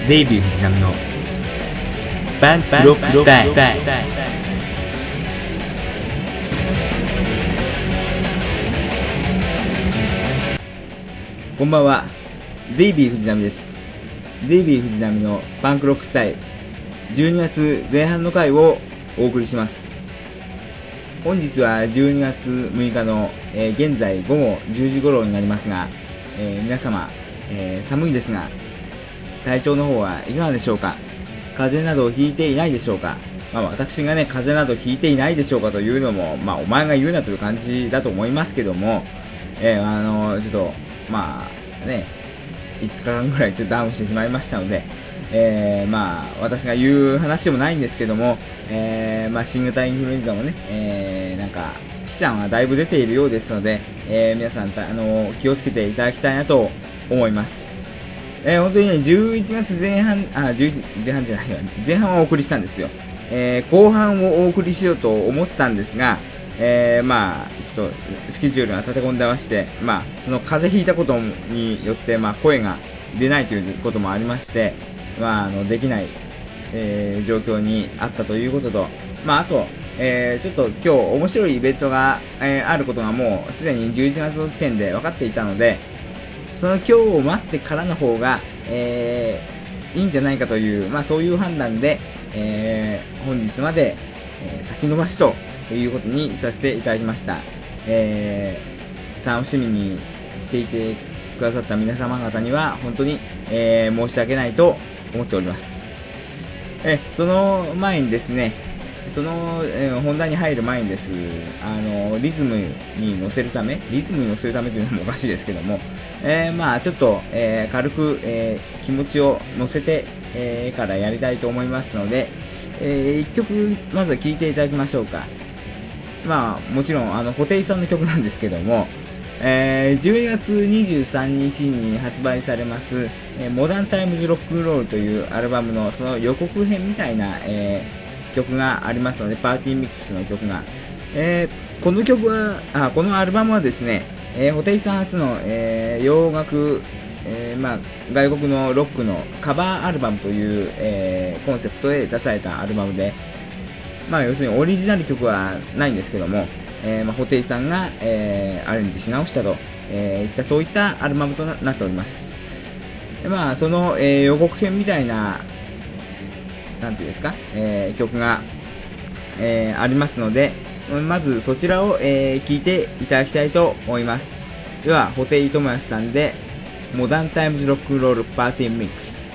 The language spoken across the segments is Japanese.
デイビー藤波のバンロックスタイル。こんばんは、デイビー藤波です。デイビー藤波のパンクロックスタイル12月前半の回をお送りします。本日は12月6日の、現在午後10時頃になりますが、皆様、寒いですが体調の方はいかがでしょうか。風邪などひいていないでしょうか。私がね、風邪などひいていないでしょうかというのも、お前が言うなという感じだと思いますけども、ちょっと5日間ぐらいちょっとダウンしてしまいましたので、私が言う話でもないんですけども、新型インフルエンザもね、死者がだいぶ出ているようですので、皆さん気をつけていただきたいなと思います。本当にね、11月前半はお送りしたんですよ。後半をお送りしようと思ったんですが、ちょっとスケジュールが立て込んでまして、その風邪ひいたことによって、声が出ないということもありまして、できない、状況にあったということと、あと、ちょっと今日面白いイベントが、あることがもうすでに11月の時点で分かっていたので、その今日を待ってからの方が、いいんじゃないかという、そういう判断で、本日まで、先延ばしということにさせていただきました。楽しみにしていてくださった皆様方には本当に、申し訳ないと思っております。その前にですね、本題に入る前にです、リズムに乗せるためというのもおかしいですけども、ちょっと、軽く、気持ちを乗せて、からやりたいと思いますので、1曲まずは聴いていただきましょうか。もちろん布袋さんの曲なんですけども、12月23日に発売されます、モダンタイムズロックンロールというアルバムのその予告編みたいな、曲がありますので、パーティーミックスの曲が、このアルバムはですね、布袋さん初の、洋楽、外国のロックのカバーアルバムという、コンセプトで出されたアルバムで、要するにオリジナル曲はないんですけども、布袋さんが、アレンジし直したと、そういったアルバムとなっております。その、予告編みたいななんていうんですか、曲が、ありますので、まずそちらを、聴いていただきたいと思います。では、布袋寅泰さんでモダンタイムズロックンロールパーティーミックス。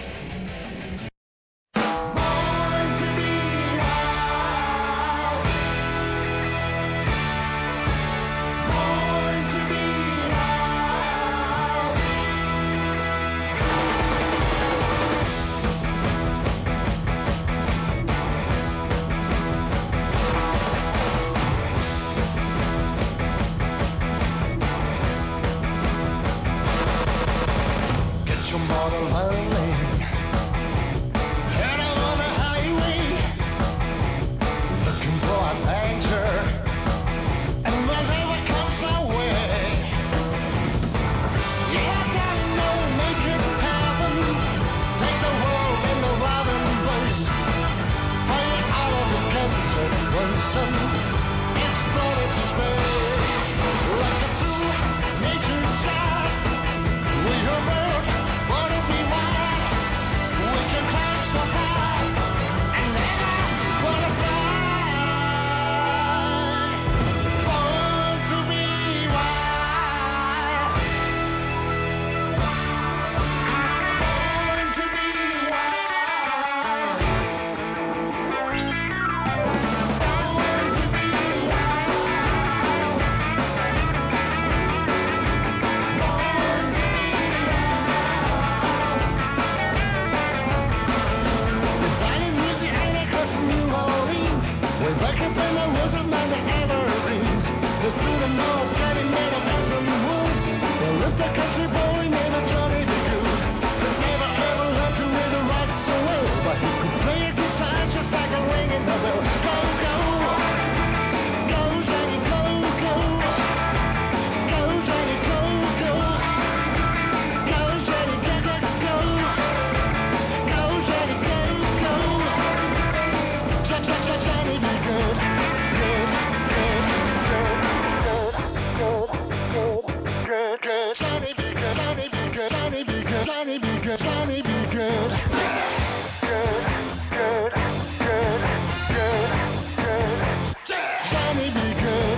Johnny, be good. Good, good, good, good, good. Johnny, be good.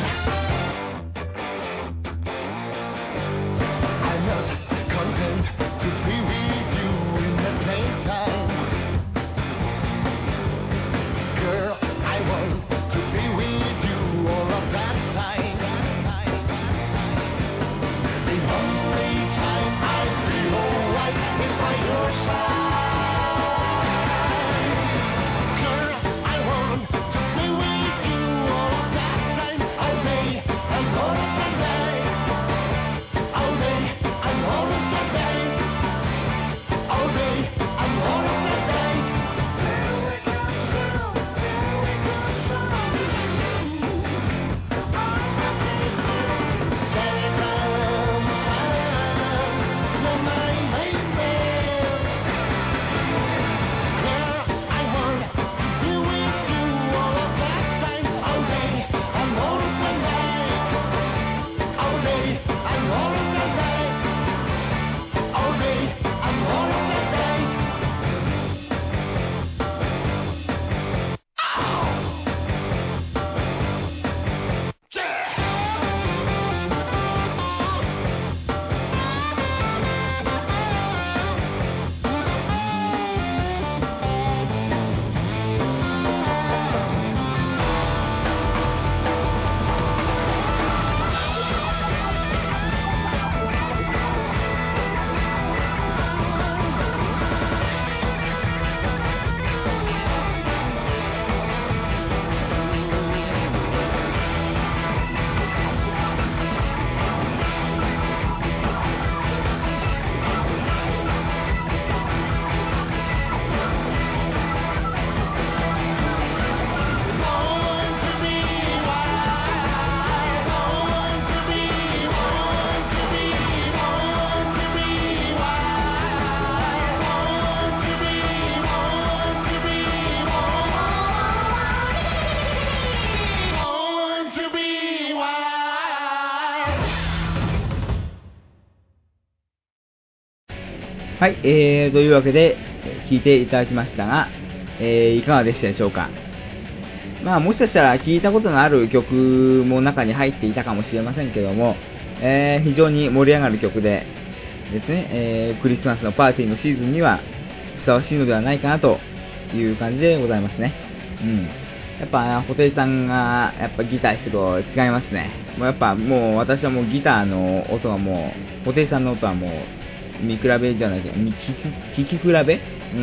I'm not content to be with you in the daytime. Girl, I want to be with you all of that time. The only time I feel alright is by your side. Girl, I want to be with you all of that time. All day and all of the day. All day and all of the day. All day and all of the day. Till we come true, till we come true. Telegram, sound, you're my baby. Girl, I want to be with you all of that time. All day and all of the night. All day and all of the night. All day and all of the day. はい、というわけで、聞いていただきましたが、いかがでしたでしょうか。まあ、もしかしたら聞いたことのある曲も中に入っていたかもしれませんけども、非常に盛り上がる曲でですね、クリスマスのパーティーのシーズンにはふさわしいのではないかなという感じでございますね。やっぱ、布袋さんがやっぱギター弾くと違いますね。もうやっぱもう私はもうギターの音はもう、布袋さんの音はもう、見比べじゃなきゃ、聞き比べが、も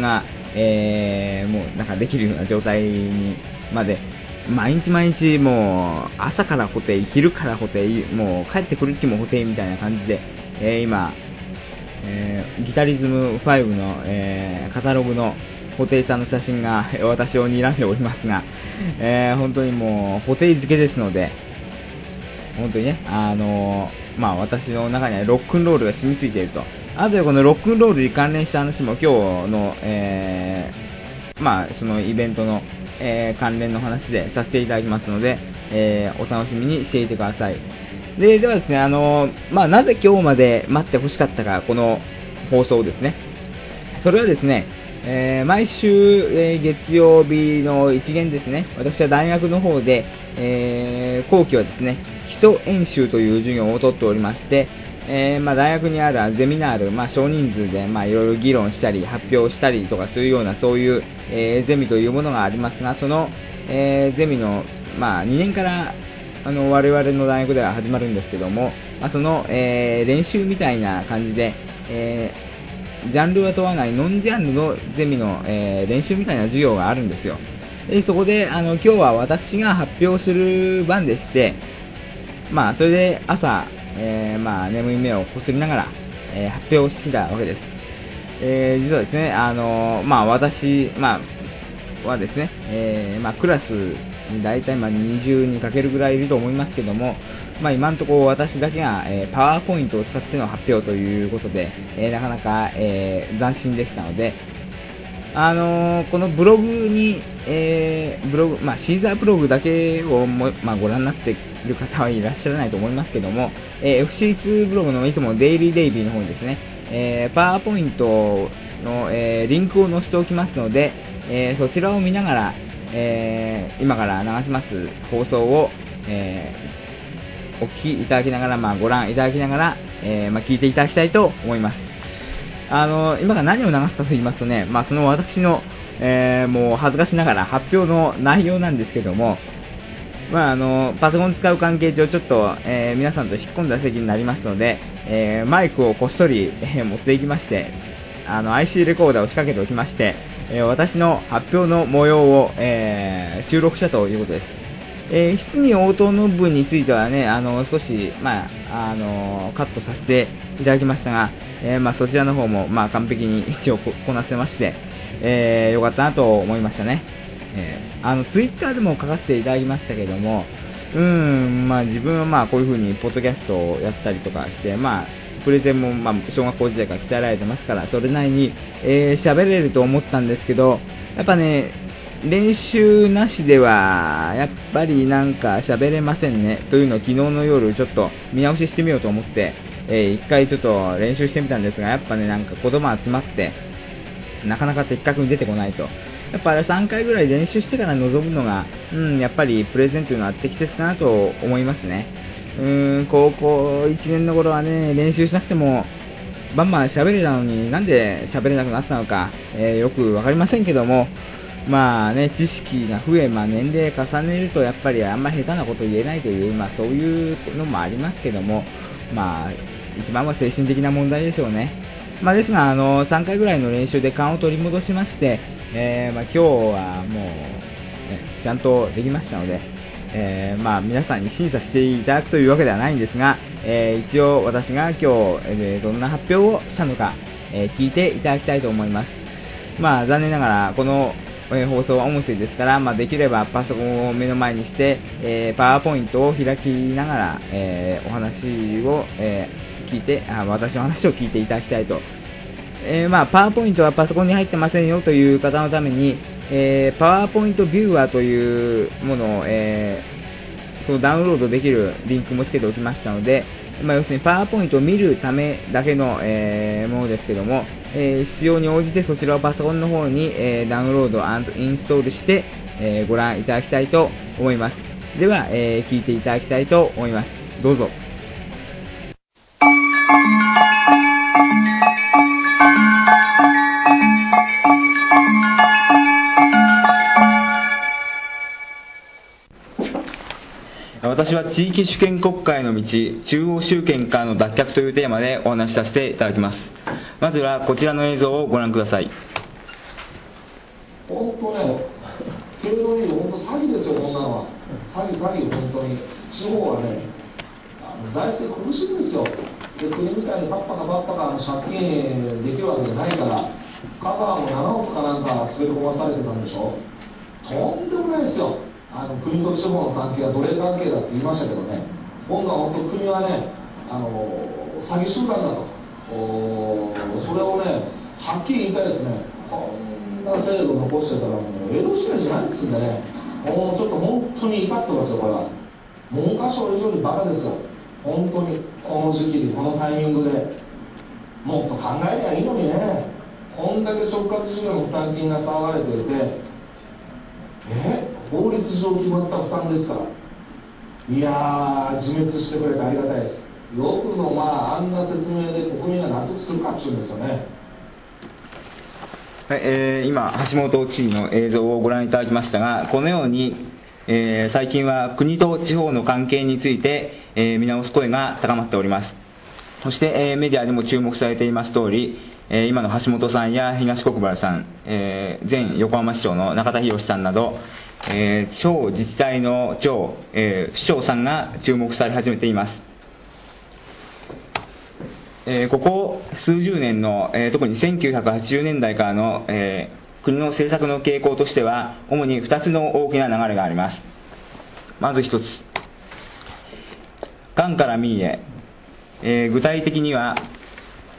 うなんかできるような状態にまで、毎日毎日もう朝から布袋、昼から布袋、もう帰ってくる時も布袋みたいな感じで、今、ギタリズム5の、カタログの布袋さんの写真が私を睨んでおりますが、本当にもう布袋漬けですので、本当にね、まあ私の中にはロックンロールが染みついていると。あとでこのロックンロールに関連した話も今日の、まあそのイベントの、関連の話でさせていただきますので、お楽しみにしていてください。ではですね、まあなぜ今日まで待ってほしかったか、この放送ですね。それはですね、毎週、月曜日の一限ですね、私は大学の方で、後期はですね、基礎演習という授業を取っておりまして、まあ、大学にあるゼミナール、まあ、少人数で、まあ、いろいろ議論したり発表したりとかするようなそういう、ゼミというものがありますが、その、ゼミの、まあ、2年から我々の大学では始まるんですけども、まあ、その、練習みたいな感じで、ジャンルは問わないノンジャンルのゼミの、練習みたいな授業があるんですよ。でそこで今日は私が発表する番でして、まあ、それで朝、まあ、眠い目をこすりながら、発表してきたわけです。実はですね、まあ、私、まあ、はですね、まあ、クラスに大体まあ20人かけるぐらいいると思いますけども、まあ、今のところ私だけが、パワーポイントを使っての発表ということで、なかなか、斬新でしたので、 このブログに、シーザーブログだけをご覧になっている方はいらっしゃらないと思いますけども、FC2 ブログのいつもデイリーデイビーの方にですね、パワーポイントの、リンクを載せておきますので、そちらを見ながら、今から流します放送を、お聞きいただきながら、ご覧いただきながら、聞いていただきたいと思います。今から何を流すかと言いますとね、その私の、もう恥ずかしながら発表の内容なんですけども、パソコン使う関係上ちょっと、皆さんと引っ込んだ席になりますので、マイクをこっそり、持っていきまして、IC レコーダーを仕掛けておきまして、私の発表の模様を、収録したということです。質疑応答の部分についてはね、少し、カットさせていただきましたが、そちらの方も、完璧に一応こなせまして、よかったなと思いましたね。ツイッターでも書かせていただきましたけども、自分はこういう風にポッドキャストをやったりとかして、プレゼンも小学校時代から鍛えられてますから、それなりに喋れると思ったんですけど、やっぱね、練習なしではやっぱりなんか喋れませんねというのを昨日の夜ちょっと見直ししてみようと思って、一回ちょっと練習してみたんですが、やっぱね、なんか言葉が詰まってなかなか的確に出てこないと。やっぱ3回ぐらい練習してから臨むのが、やっぱりプレゼンというのは適切かなと思いますね。高校1年の頃はね、練習しなくてもバンバン喋れたのになんで喋れなくなったのか、よくわかりませんけども、知識が増え、年齢重ねるとやっぱりあんまり下手なこと言えないという、そういうのもありますけども、一番は精神的な問題でしょうね。ですが、3回ぐらいの練習で勘を取り戻しまして、今日はもう、ちゃんとできましたので、皆さんに審査していただくというわけではないんですが、一応私が今日、どんな発表をしたのか、聞いていただきたいと思います。残念ながらこの放送は音声ですから、できればパソコンを目の前にして、パワーポイントを開きながら、お話を、聞いて私の話を聞いていただきたいと、パワーポイントはパソコンに入ってませんよという方のために、パワーポイントビューアーというものを、そのダウンロードできるリンクもつけておきましたので、要するにパワーポイントを見るためだけの、ものですけども、必要に応じてそちらをパソコンの方に、ダウンロード&インストールして、ご覧いただきたいと思います。では、聞いていただきたいと思います。どうぞ。私は地域主権国家への道、中央集権からの脱却というテーマでお話しさせていただきます。まずはこちらの映像をご覧ください。 本当ね、経済利用、本当詐欺ですよ、こんなのは。詐欺、本当に。地方はね、財政苦しいんですよ。で、国みたいにパッパカ借金できるわけじゃないから、香川も7億かなんか滑り込まされてたんでしょ。とんでもないですよ。国と地方の関係は奴隷関係だって言いましたけどね、今度は本当国はね、詐欺集団だと、それをね、はっきり言いたいですね。こんな制度を残してたらもう江戸時代じゃないですんでね、もうちょっと本当に怒ってますよ、これは。文科省以上にバカですよ、本当に。この時期にこのタイミングでもっと考えりゃいいのにね。こんだけ直轄事業の負担金が騒がれていて、法律上決まった負担ですから、いやー、自滅してくれてありがたいです。よくぞあんな説明で国民が納得するかっていうんですよね。 はい、今橋本知事の映像をご覧いただきましたが、このように、最近は国と地方の関係について、見直す声が高まっております。そして、メディアでも注目されています通り、今の橋本さんや東国原さん、前横浜市長の中田宏さんなど、地方自治体の長、市長さんが注目され始めています。ここ数十年の、特に1980年代からの、国の政策の傾向としては主に2つの大きな流れがあります。まず1つ、官から民へ、具体的には、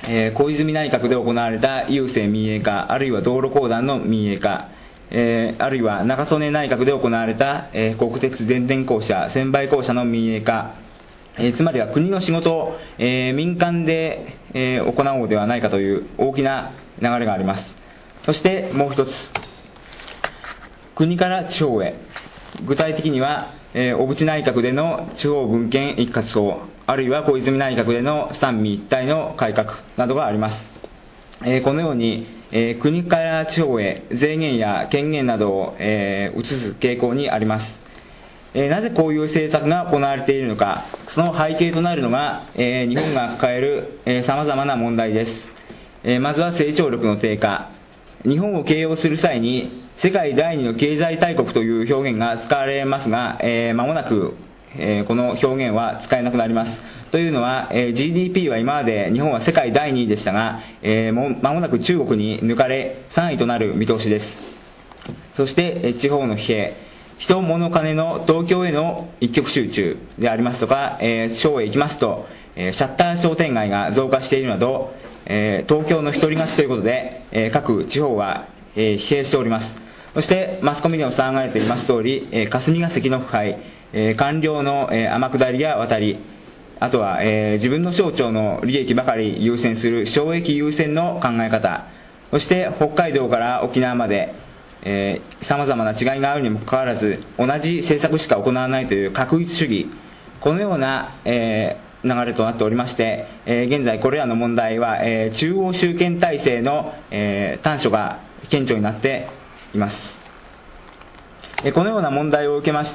小泉内閣で行われた郵政民営化、あるいは道路公団の民営化、あるいは中曽根内閣で行われた、国鉄電電公社、専売公社の民営化、つまりは国の仕事を、民間で、行おうではないかという大きな流れがあります。そしてもう一つ、国から地方へ、具体的には、小渕内閣での地方分権一括法、あるいは小泉内閣での三位一体の改革などがあります。このように、国から地方へ税源や権限などを、移す傾向にあります。なぜこういう政策が行われているのか、その背景となるのが、日本が抱えるさまざまな問題です。まずは成長力の低下。日本を形容する際に世界第二の経済大国という表現が使われますが、間もなく、この表現は使えなくなります。というのは、GDP は今まで日本は世界第2位でしたが、間もなく中国に抜かれ3位となる見通しです。そして、地方の疲弊、人物金の東京への一極集中でありますとか、地方へ行きますと、シャッター商店街が増加しているなど、東京の一人勝ちということで、各地方は、疲弊しております。そしてマスコミでも騒がれています通り、霞が関の腐敗、官僚の天下りや渡り、あとは、自分の省庁の利益ばかり優先する省益優先の考え方、そして北海道から沖縄までさまざまな違いがあるにもかかわらず同じ政策しか行わないという画一主義、このような、流れとなっておりまして、現在これらの問題は、中央集権体制の、短所が顕著になっています。このような問題を受けまして、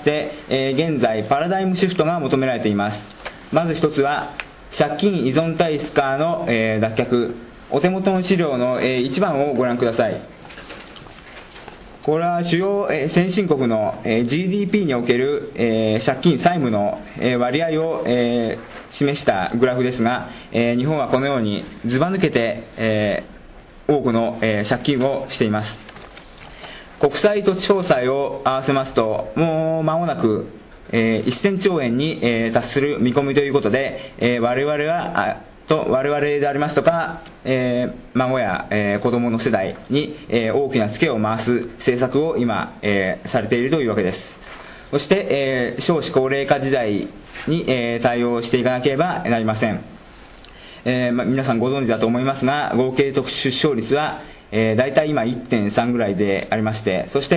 現在パラダイムシフトが求められています。まず一つは借金依存体質からの、脱却。お手元の資料の、1番をご覧ください。これは主要、先進国の、GDP における、借金債務の、割合を、示したグラフですが、日本はこのようにずば抜けて、多くの、借金をしています。国債と地方債を合わせますと、もう間もなく、1000兆円に、達する見込みということで、我々でありますとか、孫や、子供の世代に、大きなツケを回す政策を今、されているというわけです。そして、少子高齢化時代に、対応していかなければなりません。皆さんご存知だと思いますが、合計特殊出生率は、大体今 1.3 ぐらいでありまして、そして、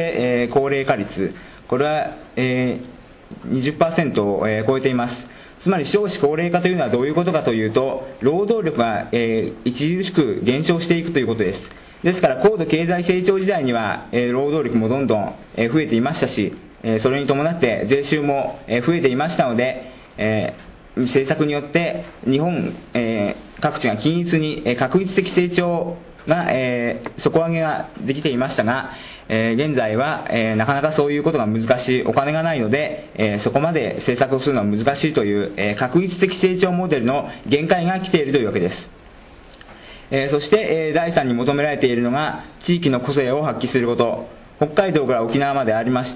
高齢化率、これは、20% を、超えています。つまり少子高齢化というのはどういうことかというと、労働力が、著しく減少していくということです。ですから高度経済成長時代には、労働力もどんどん、増えていましたし、それに伴って税収も、増えていましたので、政策によって日本、各地が均一に、確実的成長が、底上げができていましたが、現在は、なかなかそういうことが難しい、お金がないので、そこまで政策をするのは難しいという、確実的成長モデルの限界が来ているというわけです。そして、第3に求められているのが地域の個性を発揮すること。北海道から沖縄までありまして、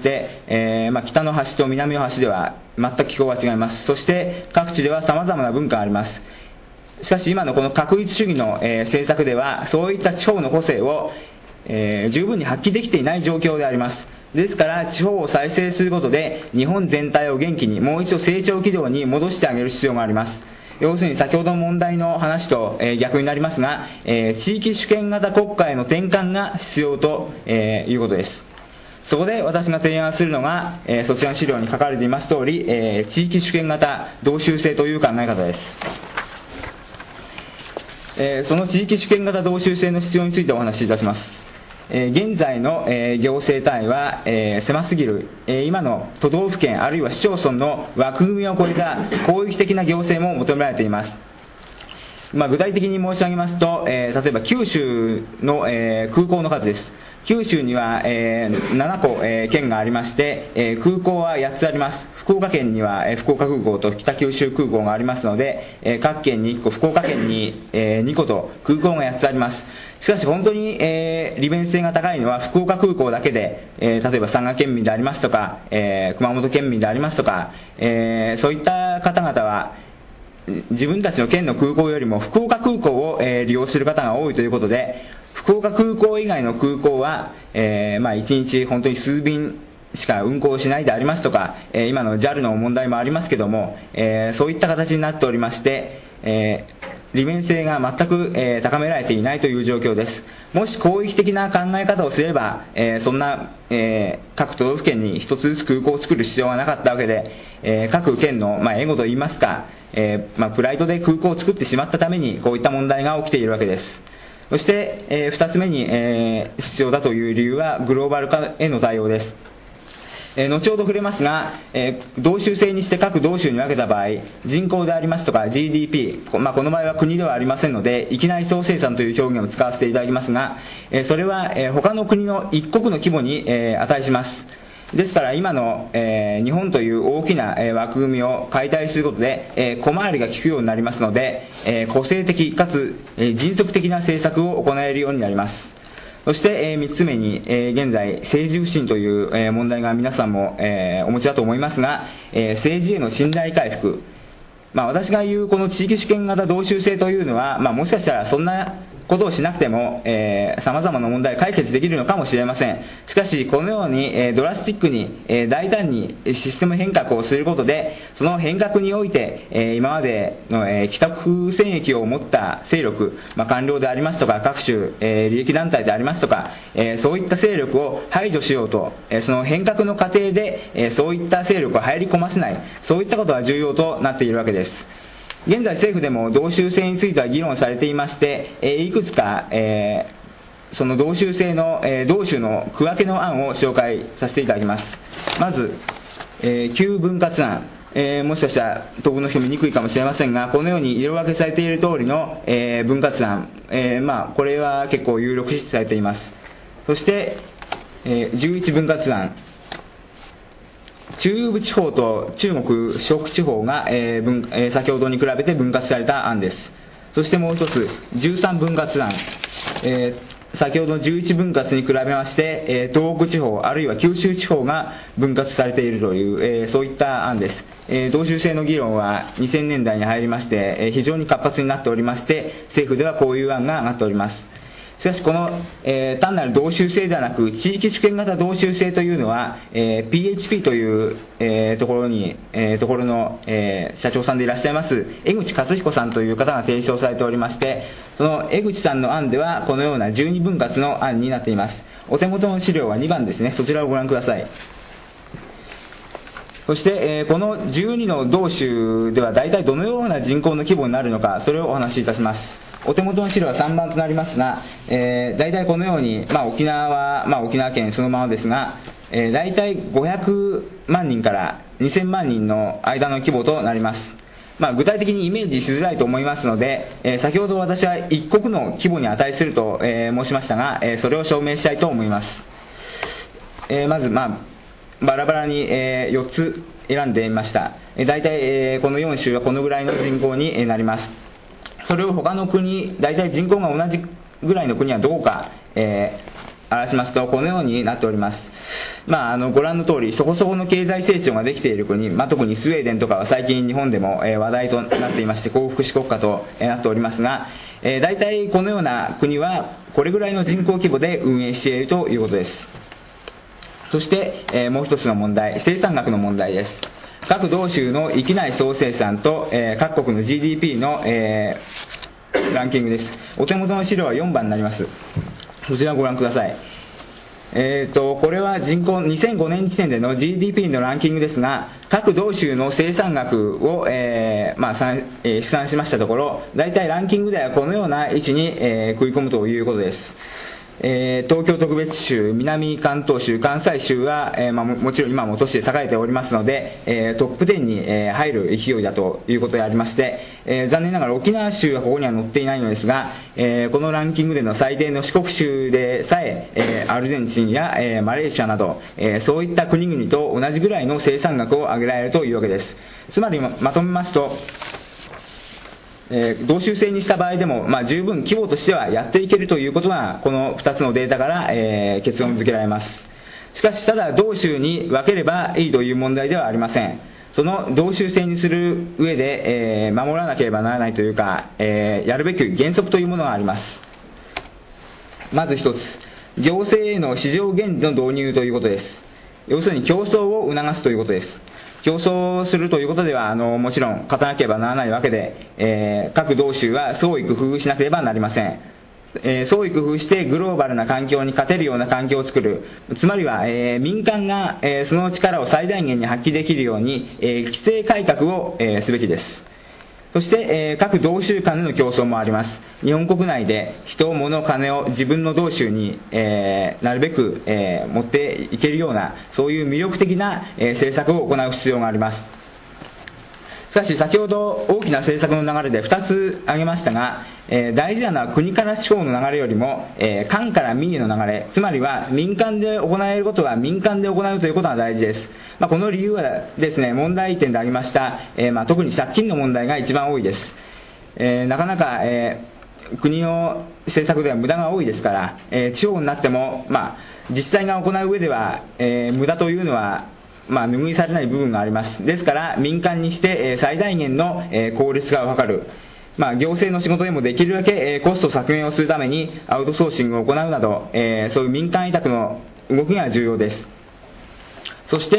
北の端と南の端では全く気候が違います。そして各地では様々な文化があります。しかし今のこの確一主義の、政策ではそういった地方の個性を、十分に発揮できていない状況であります。ですから地方を再生することで日本全体を元気にもう一度成長軌道に戻してあげる必要があります。要するに先ほどの問題の話と、逆になりますが、地域主権型国家への転換が必要と、いうことです。そこで私が提案するのが、そちらの資料に書かれています通り、地域主権型同州制という考え方です。その地域主権型同州制の必要についてお話しいたします。現在の、行政単位は、狭すぎる、今の都道府県あるいは市町村の枠組みを超えた広域的な行政も求められています。具体的に申し上げますと、例えば九州の、空港の数です。九州には、7個、県がありまして、空港は8つあります。福岡県には、福岡空港と北九州空港がありますので、各県に1個、福岡県に、2個と空港が8つあります。しかし本当に、利便性が高いのは福岡空港だけで、例えば佐賀県民でありますとか、熊本県民でありますとか、そういった方々は自分たちの県の空港よりも福岡空港を、利用する方が多いということで、福岡空港以外の空港は、1日本当に数便しか運航しないでありますとか、今の JAL の問題もありますけども、そういった形になっておりまして、利便性が全く、高められていないという状況です。もし広域的な考え方をすれば、そんな、各都道府県に一つずつ空港を作る必要はなかったわけで、各県の、エゴといいますか、プライドで空港を作ってしまったためにこういった問題が起きているわけです。そして、2つ目に、必要だという理由はグローバル化への対応です。後ほど触れますが、道州制にして各道州に分けた場合、人口でありますとか GDP、この場合は国ではありませんので、域内総生産という表現を使わせていただきますが、それは、他の国の一国の規模に、値します。ですから今の、日本という大きな、枠組みを解体することで、小回りが利くようになりますので、個性的かつ、迅速的な政策を行えるようになります。そして、3つ目に、現在政治不信という、問題が皆さんも、お持ちだと思いますが、政治への信頼回復、私が言うこの地域主権型道州制というのは、もしかしたらそんなことをしなくても様々な問題を解決できるのかもしれません。しかしこのように、ドラスティックに、大胆にシステム変革をすることで、その変革において、今までの、既得権益を持った勢力、官僚でありますとか各種、利益団体でありますとか、そういった勢力を排除しようと、その変革の過程で、そういった勢力を入り込ませない、そういったことが重要となっているわけです。現在政府でも道州制については議論されていまして、いくつか、その道州制の、道州の区分けの案を紹介させていただきます。まず、旧分割案、もしかしたら東北の人見にくいかもしれませんが、このように色分けされている通りの、分割案、これは結構有力視されています。そして、11分割案、中部地方と中国四国地方が、先ほどに比べて分割された案です。そしてもう一つ、13分割案、先ほどの11分割に比べまして、東北地方あるいは九州地方が分割されているという、そういった案です。道州制の議論は2000年代に入りまして、非常に活発になっておりまして、政府ではこういう案が上がっております。しかしこの、単なる道州制ではなく地域主権型道州制というのは、PHP という、ところの、社長さんでいらっしゃいます江口克彦さんという方が提唱されておりまして、その江口さんの案ではこのような12分割の案になっています。お手元の資料は2番ですね。そちらをご覧ください。そして、この12の道州では大体どのような人口の規模になるのか、それをお話しいたします。お手元の資料は3番となりますが、大体このように、沖縄は、沖縄県そのままですが、大体500万人から2000万人の間の規模となります。具体的にイメージしづらいと思いますので、先ほど私は一国の規模に値すると、申しましたが、それを証明したいと思います。まず、バラバラに、4つ選んでみました。大体、この4州はこのぐらいの人口になります。それを他の国、大体人口が同じぐらいの国はどこか、表しますとこのようになっております。ご覧の通りそこそこの経済成長ができている国、特にスウェーデンとかは最近日本でも、話題となっていまして幸福祉国家と、なっておりますが、大体このような国はこれぐらいの人口規模で運営しているということです。そして、もう一つの問題、生産額の問題です。各道州の域内総生産と、各国の GDP の、ランキングです。お手元の資料は4番になります。こちらをご覧ください。これは人口2005年時点での GDP のランキングですが、各道州の生産額を、試算しましたところ、大体ランキングではこのような位置に、食い込むということです。東京特別州、南関東州、関西州は、もちろん今も都市で栄えておりますので、トップ10に、入る勢いだということでありまして、残念ながら沖縄州はここには載っていないのですが、このランキングでの最低の四国州でさえ、アルゼンチンや、マレーシアなど、そういった国々と同じぐらいの生産額を上げられるというわけです。つまりまとめますと、道州制にした場合でも、十分規模としてはやっていけるということがこの2つのデータから、結論付けられます。しかし、ただ道州に分ければいいという問題ではありません。 その同州制にする上で、守らなければならないというか、やるべき原則というものがあります。まず一つ、行政への市場原理の導入ということです。要するに競争を促すということです。競争するということではもちろん勝たなければならないわけで、各同州は創意工夫しなければなりません。創意工夫してグローバルな環境に勝てるような環境を作る、つまりは、民間が、その力を最大限に発揮できるように、規制改革を、すべきです。そして、各同州間での競争もあります。日本国内で人、物、金を自分の同州に、なるべく、持っていけるような、そういう魅力的な、政策を行う必要があります。しかし先ほど大きな政策の流れで2つ挙げましたが、大事なのは国から地方の流れよりも、官から民への流れ、つまりは民間で行えることは民間で行うということが大事です。この理由はですね、問題点でありました、特に借金の問題が一番多いです。なかなか、国の政策では無駄が多いですから、地方になっても、実際が行う上では、無駄というのは拭いされない部分があります。ですから民間にして最大限の効率化を図る、行政の仕事でもできるだけコスト削減をするためにアウトソーシングを行うなど、そういう民間委託の動きが重要です。そして、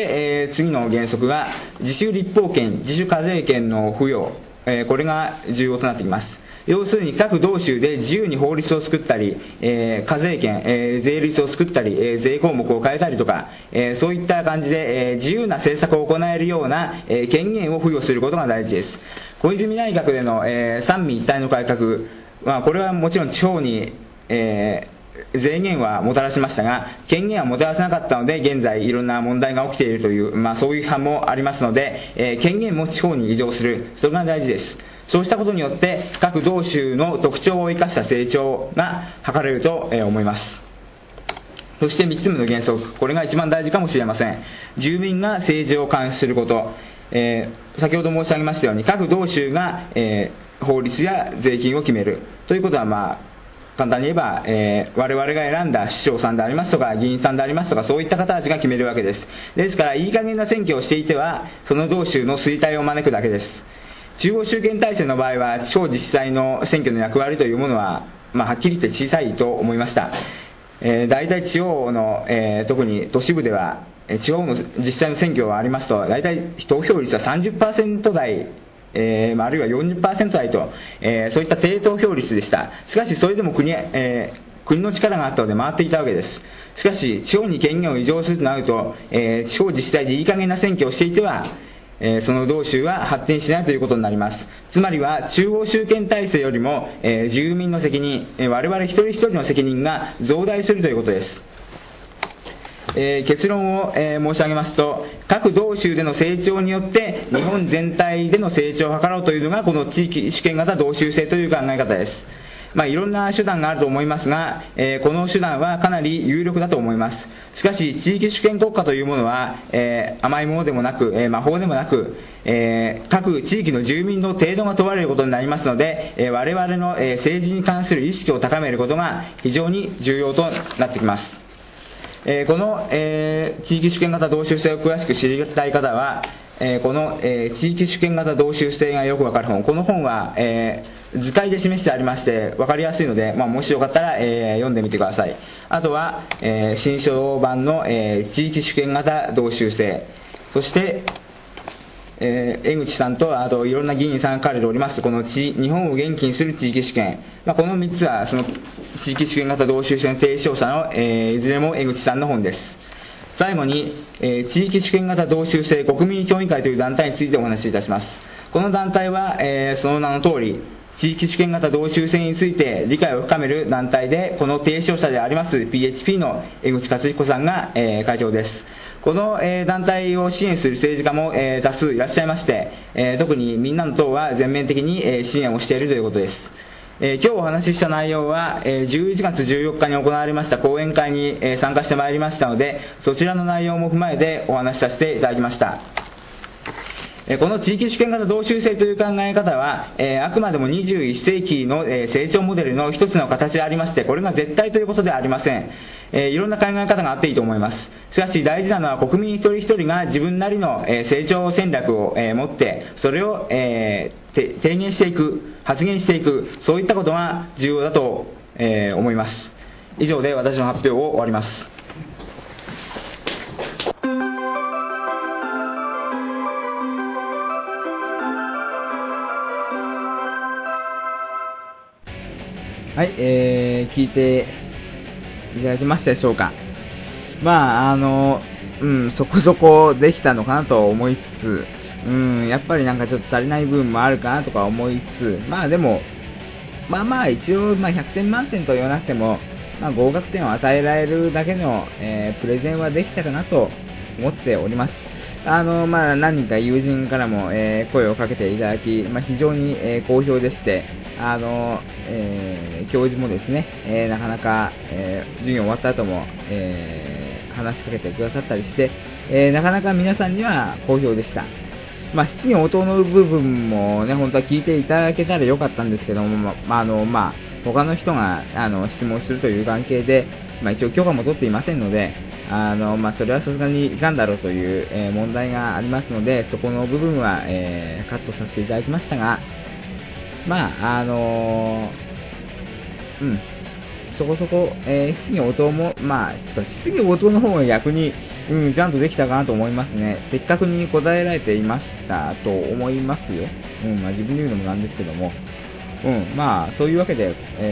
次の原則が自主立法権、自主課税権の付与、これが重要となってきます。要するに各同州で自由に法律を作ったり、課税権、税率を作ったり、税項目を変えたりとか、そういった感じで、自由な政策を行えるような、権限を付与することが大事です。小泉内閣での、三位一体の改革、これはもちろん地方に、税源はもたらしましたが、権限はもたらせなかったので、現在いろんな問題が起きているという、そういう批判もありますので、権限も地方に移譲する、それが大事です。そうしたことによって各同州の特徴を生かした成長が図れると思います。そして3つ目の原則、これが一番大事かもしれません。住民が政治を監視すること、先ほど申し上げましたように各同州が、法律や税金を決めるということは、簡単に言えば、我々が選んだ市長さんでありますとか議員さんでありますとか、そういった方たちが決めるわけです。ですからいい加減な選挙をしていてはその同州の衰退を招くだけです。中央集権体制の場合は地方自治体の選挙の役割というものは、はっきり言って小さいと思いました。大体地方の、特に都市部では地方の自治体の選挙がありますと、大体投票率は 30% 台、あるいは 40% 台と、そういった低投票率でした。しかしそれでも国の力があったので回っていたわけです。しかし地方に権限を移譲するとなると、地方自治体でいい加減な選挙をしていてはその同州は発展しないということになります。つまりは中央集権体制よりも、住民の責任、我々一人一人の責任が増大するということです。結論を、申し上げますと、各同州での成長によって日本全体での成長を図ろうというのがこの地域主権型同州制という考え方です。いろんな手段があると思いますが、この手段はかなり有力だと思います。しかし地域主権国家というものは、甘いものでもなく、魔法でもなく、各地域の住民の程度が問われることになりますので、我々の、政治に関する意識を高めることが非常に重要となってきます。この、地域主権型同州制を詳しく知りたい方は、この、地域主権型同州制がよくわかる本、この本は、図解で示してありまして分かりやすいので、もしよかったら、読んでみてください。あとは、新書版の、地域主権型同州制、そして江口さんとあといろんな議員さんが書かれておりますこの日本を元気にする地域主権、この3つはその地域主権型同州制の提唱者の、いずれも江口さんの本です。最後に、地域主権型同州制国民協議会という団体についてお話しいたします。この団体は、その名の通り地域主権型同州制について理解を深める団体で、この提唱者であります PHP の江口克彦さんが、会長です。この、団体を支援する政治家も、多数いらっしゃいまして、特にみんなの党は全面的に、支援をしているということです。今日お話しした内容は、11月14日に行われました講演会に、参加してまいりましたので、そちらの内容も踏まえてお話しさせていただきました。 この地域主権型同州制という考え方は、あくまでも21世紀の、成長モデルの一つの形でありまして、これが絶対ということではありません。いろんな考え方があっていいと思います。しかし大事なのは国民一人一人が自分なりの、成長戦略を、持って、それを、提言していく、発言していく、そういったことが重要だと、思います。以上で私の発表を終わります。はい、聞いていただけましたでしょうか。まあ、そこそこできたのかなと思いつつ、やっぱりなんかちょっと足りない部分もあるかなとか思いつつ、まあでも、一応、100点満点と言わなくても、合格点を与えられるだけの、プレゼンはできたかなと思っております。何人か友人からも、声をかけていただき、非常に、好評でして、教授もですね、なかなか、授業終わった後も、話しかけてくださったりして、なかなか皆さんには好評でした。質疑応答の部分もね、本当は聞いていただけたらよかったんですけども、他の人が質問するという関係で、一応許可も取っていませんので、それはさすがにいかんだろうという、問題がありますので、そこの部分は、カットさせていただきましたが、そこそこ、質疑応答も、質疑応答の方が逆に、ちゃんとできたかなと思いますね。的確に答えられていましたと思いますよ。自分で言うのもなんですけども。そういうわけで、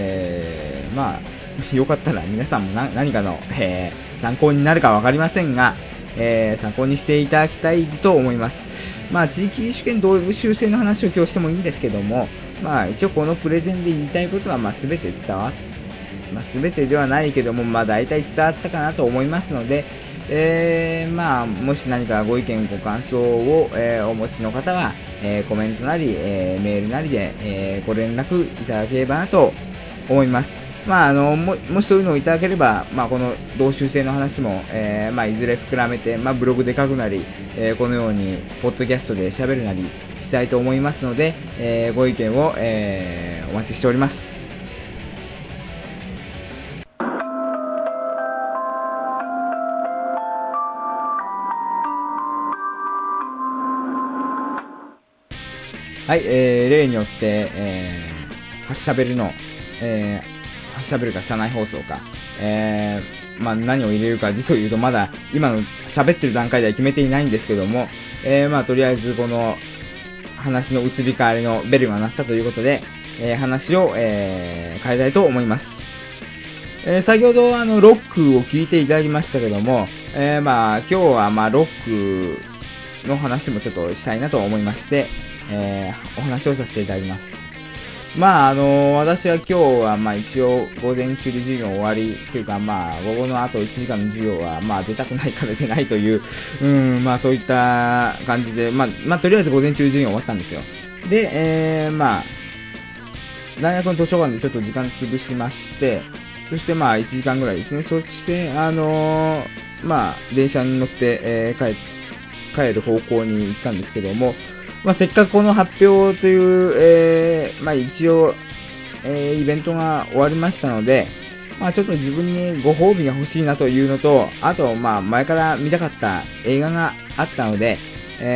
よかったら皆さんも何かの、参考になるかわかりませんが、参考にしていただきたいと思います。地域主権同州制の話を今日してもいいんですけども、一応このプレゼンで言いたいことは、全て伝わって、全てではないけども、大体伝わったかなと思いますので、もし何かご意見ご感想を、お持ちの方は、コメントなり、メールなりで、ご連絡いただければなと思います。もしそういうのをいただければ、この同州制の話も、いずれ膨らめて、ブログで書くなり、このようにポッドキャストで喋るなりしたいと思いますので、ご意見を、お待ちしております。はい、例によって、ハッシャベルの、ハッシャベルか社内放送か、何を入れるか実を言うとまだ今の喋ってる段階では決めていないんですけども、とりあえずこの話の移り変わりのベルが鳴ったということで、話を、変えたいと思います。先ほどロックを聞いていただきましたけども、今日はロックの話もちょっとしたいなと思いまして、お話をさせていただきます。私は今日は一応午前中で授業終わりというか午後の後1時間の授業は出たくないから出ないというそういった感じでとりあえず午前中授業終わったんですよ。で、大学の図書館でちょっと時間潰しまして、そして1時間ぐらいですね。そして電車に乗って、帰る方向に行ったんですけども、せっかくこの発表という、一応、イベントが終わりましたので、ちょっと自分にご褒美が欲しいなというのと、あと、前から見たかった映画があったので、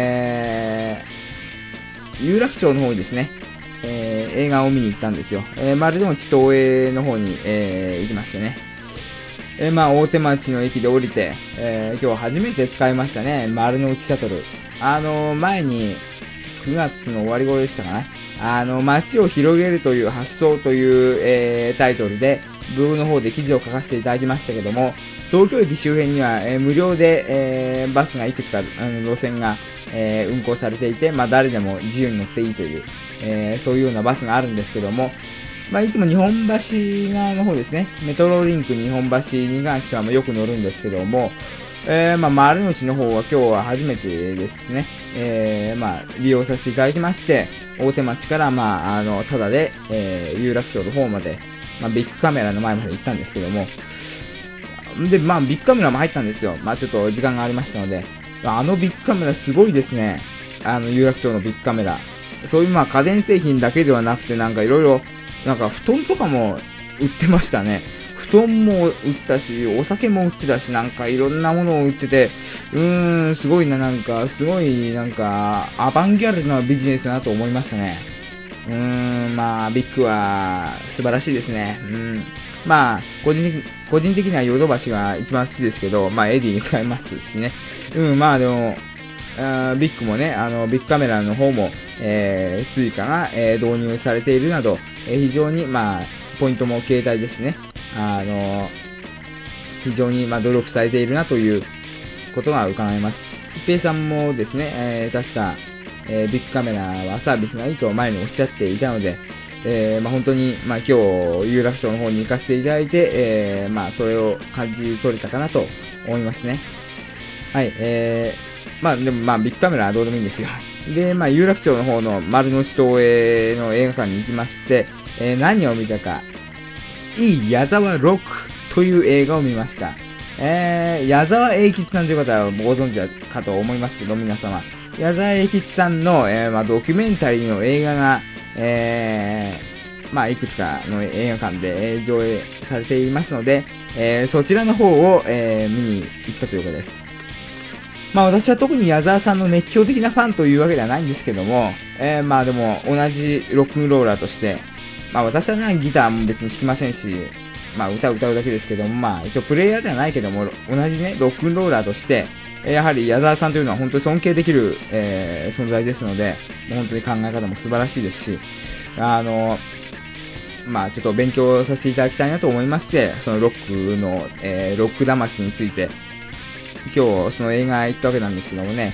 有楽町の方にですね、映画を見に行ったんですよ。丸の内東映の方に、行きましてね。大手町の駅で降りて、今日初めて使いましたね、丸の内シャトル。前に、9月の終わり頃でしたかな。街を広げるという発想という、タイトルで、ブログの方で記事を書かせていただきましたけども、東京駅周辺には、無料で、バスがいくつか、路線が、運行されていて、誰でも自由に乗っていいという、そういうようなバスがあるんですけども、いつも日本橋側の方ですね、メトロリンク日本橋に関してはよく乗るんですけども、丸の内の方は今日は初めてですね、利用させていただきまして、大手町から、ただで、有楽町の方まで、ビッグカメラの前まで行ったんですけども、で、ビッグカメラも入ったんですよ。ちょっと時間がありましたので、ビッグカメラすごいですね。 有楽町のビッグカメラ。そういう家電製品だけではなくて、なんかいろいろ、なんか布団とかも売ってましたね。布団も売ったし、お酒も売ってたし、なんかいろんなものを売ってて、すごいな、なんか、すごい、なんか、アバンギャルドなビジネスだなと思いましたね。ビッグは素晴らしいですね。個人的にはヨドバシが一番好きですけど、エディに使いますしね。でも、ビッグもね、ビッグカメラの方も、スイカが、導入されているなど、非常に、ポイントも携帯ですね。非常に、努力されているなということが伺えます。一平さんもですね、確か、ビッグカメラはサービスがいいと前におっしゃっていたので、本当に、今日、有楽町の方に行かせていただいて、それを感じ取れたかなと思いますね。はい、でもビッグカメラはどうでもいいんですよ。で、有楽町の方の丸の内東映の映画館に行きまして、何を見たか、いい矢沢ロックという映画を見ました。矢沢永吉さんという方はご存知かと思いますけど、皆様。矢沢永吉さんの、ドキュメンタリーの映画が、いくつかの映画館で上映されていますので、そちらの方を、見に行ったということです。私は特に矢沢さんの熱狂的なファンというわけではないんですけども、でも同じロックンローラーとして、私はね、ギターも別に弾きませんし、歌を歌うだけですけども、一応プレイヤーではないけども、同じね、ロックンローラーとして、やはり矢沢さんというのは本当に尊敬できる、存在ですので、もう本当に考え方も素晴らしいですし、ちょっと勉強させていただきたいなと思いまして、そのロックの、ロック魂について、今日その映画行ったわけなんですけどもね、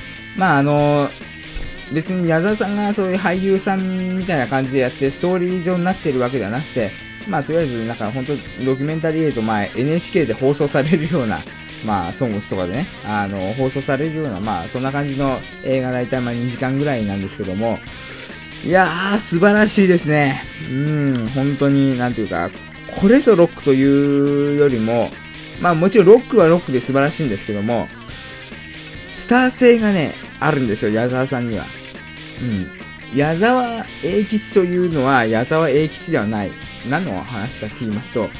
別に矢沢さんがそういう俳優さんみたいな感じでやってストーリー上になっているわけではなくて、とりあえずなんか本当ドキュメンタリー映像、NHK で放送されるような、ソングスとかでね、放送されるような、そんな感じの映画、だいたい2時間ぐらいなんですけども、いやー、素晴らしいですね。本当に、なんていうか、これぞロックというよりも、もちろんロックはロックで素晴らしいんですけども、スター性がね、あるんですよ、矢沢さんには。矢沢永吉というのは矢沢永吉ではない。何の話かと言いますと、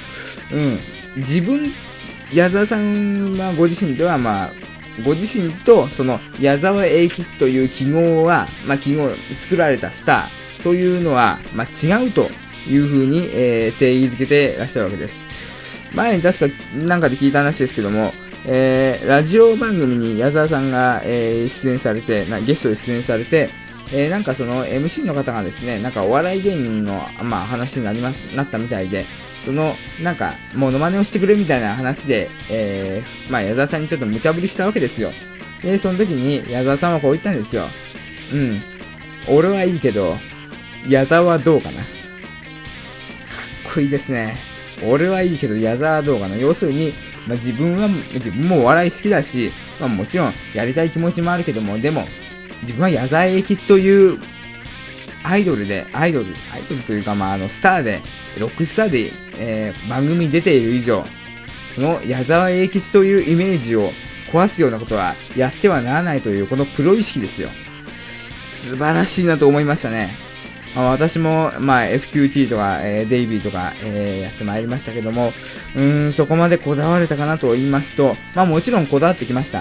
矢沢さんはご自身ではご自身とその矢沢永吉という記号は、記号作られたスターというのは、違うというふうに、定義づけていらっしゃるわけです。前に確かなんかで聞いた話ですけども、ラジオ番組に矢沢さんが、出演されて、ゲストで出演されて、なんかその MC の方がですね、なんかお笑い芸人の、話になったみたいで、なんか、モノマネをしてくれみたいな話で、矢沢さんにちょっと無茶ぶりしたわけですよ。で、その時に矢沢さんはこう言ったんですよ。俺はいいけど、矢沢はどうかな。かっこいいですね。俺はいいけど、矢沢はどうかな。要するに、自分もお笑い好きだし、もちろんやりたい気持ちもあるけども、でも、自分は矢沢永吉というアイドルというか、スターで、ロックスターで、番組に出ている以上、その矢沢永吉というイメージを壊すようなことはやってはならないという、このプロ意識ですよ。素晴らしいなと思いましたね。私も、FQT とか、デイビーとか、やってまいりましたけども、そこまでこだわれたかなと言いますと、もちろんこだわってきました。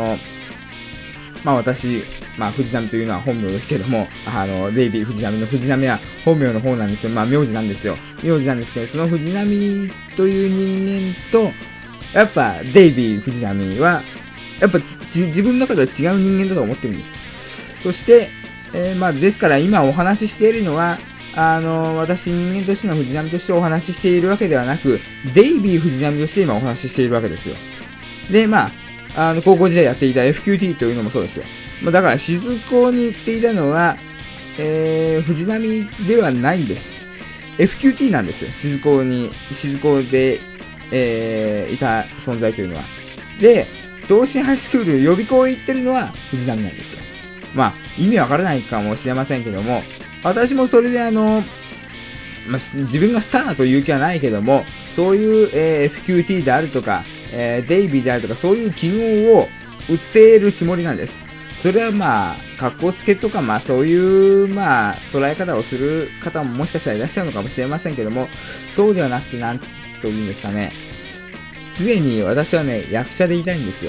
私、藤波というのは本名ですけども、デイビー藤波の藤波は本名の方なんですよ。名字なんですよ。名字なんですけど、その藤波という人間と、やっぱデイビー藤波は、やっぱ自分の中では違う人間だと思ってるんです。そして、ですから今お話ししているのは、私人間としての藤波としてお話ししているわけではなく、デイビー藤波として今お話ししているわけですよ。で、高校時代やっていた FQT というのもそうですよ。だから静高に行っていたのは、藤波ではないんです。FQT なんですよ。静高で、いた存在というのは。で、東進ハイスクール予備校へ行ってるのは藤波なんですよ。意味わからないかもしれませんけども、私もそれで自分がスターという気はないけども、そういう、FQT であるとか、デイビーであるとか、そういう記号を売っているつもりなんです。 それはまあ、格好つけとか、まあそういう、まあ、捉え方をする方ももしかしたらいらっしゃるのかもしれませんけども、そうではなくて、なんというんですかね、常に私はね、役者でいたいんですよ。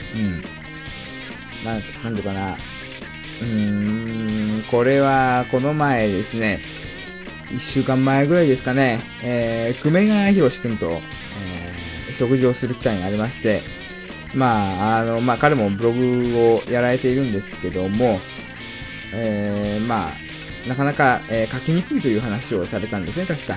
なんていうかな。これは、この前ですね、1週間前ぐらいですかね、久米川博士君と、食事をする機会がありまして、まあ、彼もブログをやられているんですけども、まあ、なかなか、書きにくいという話をされたんですね、確か。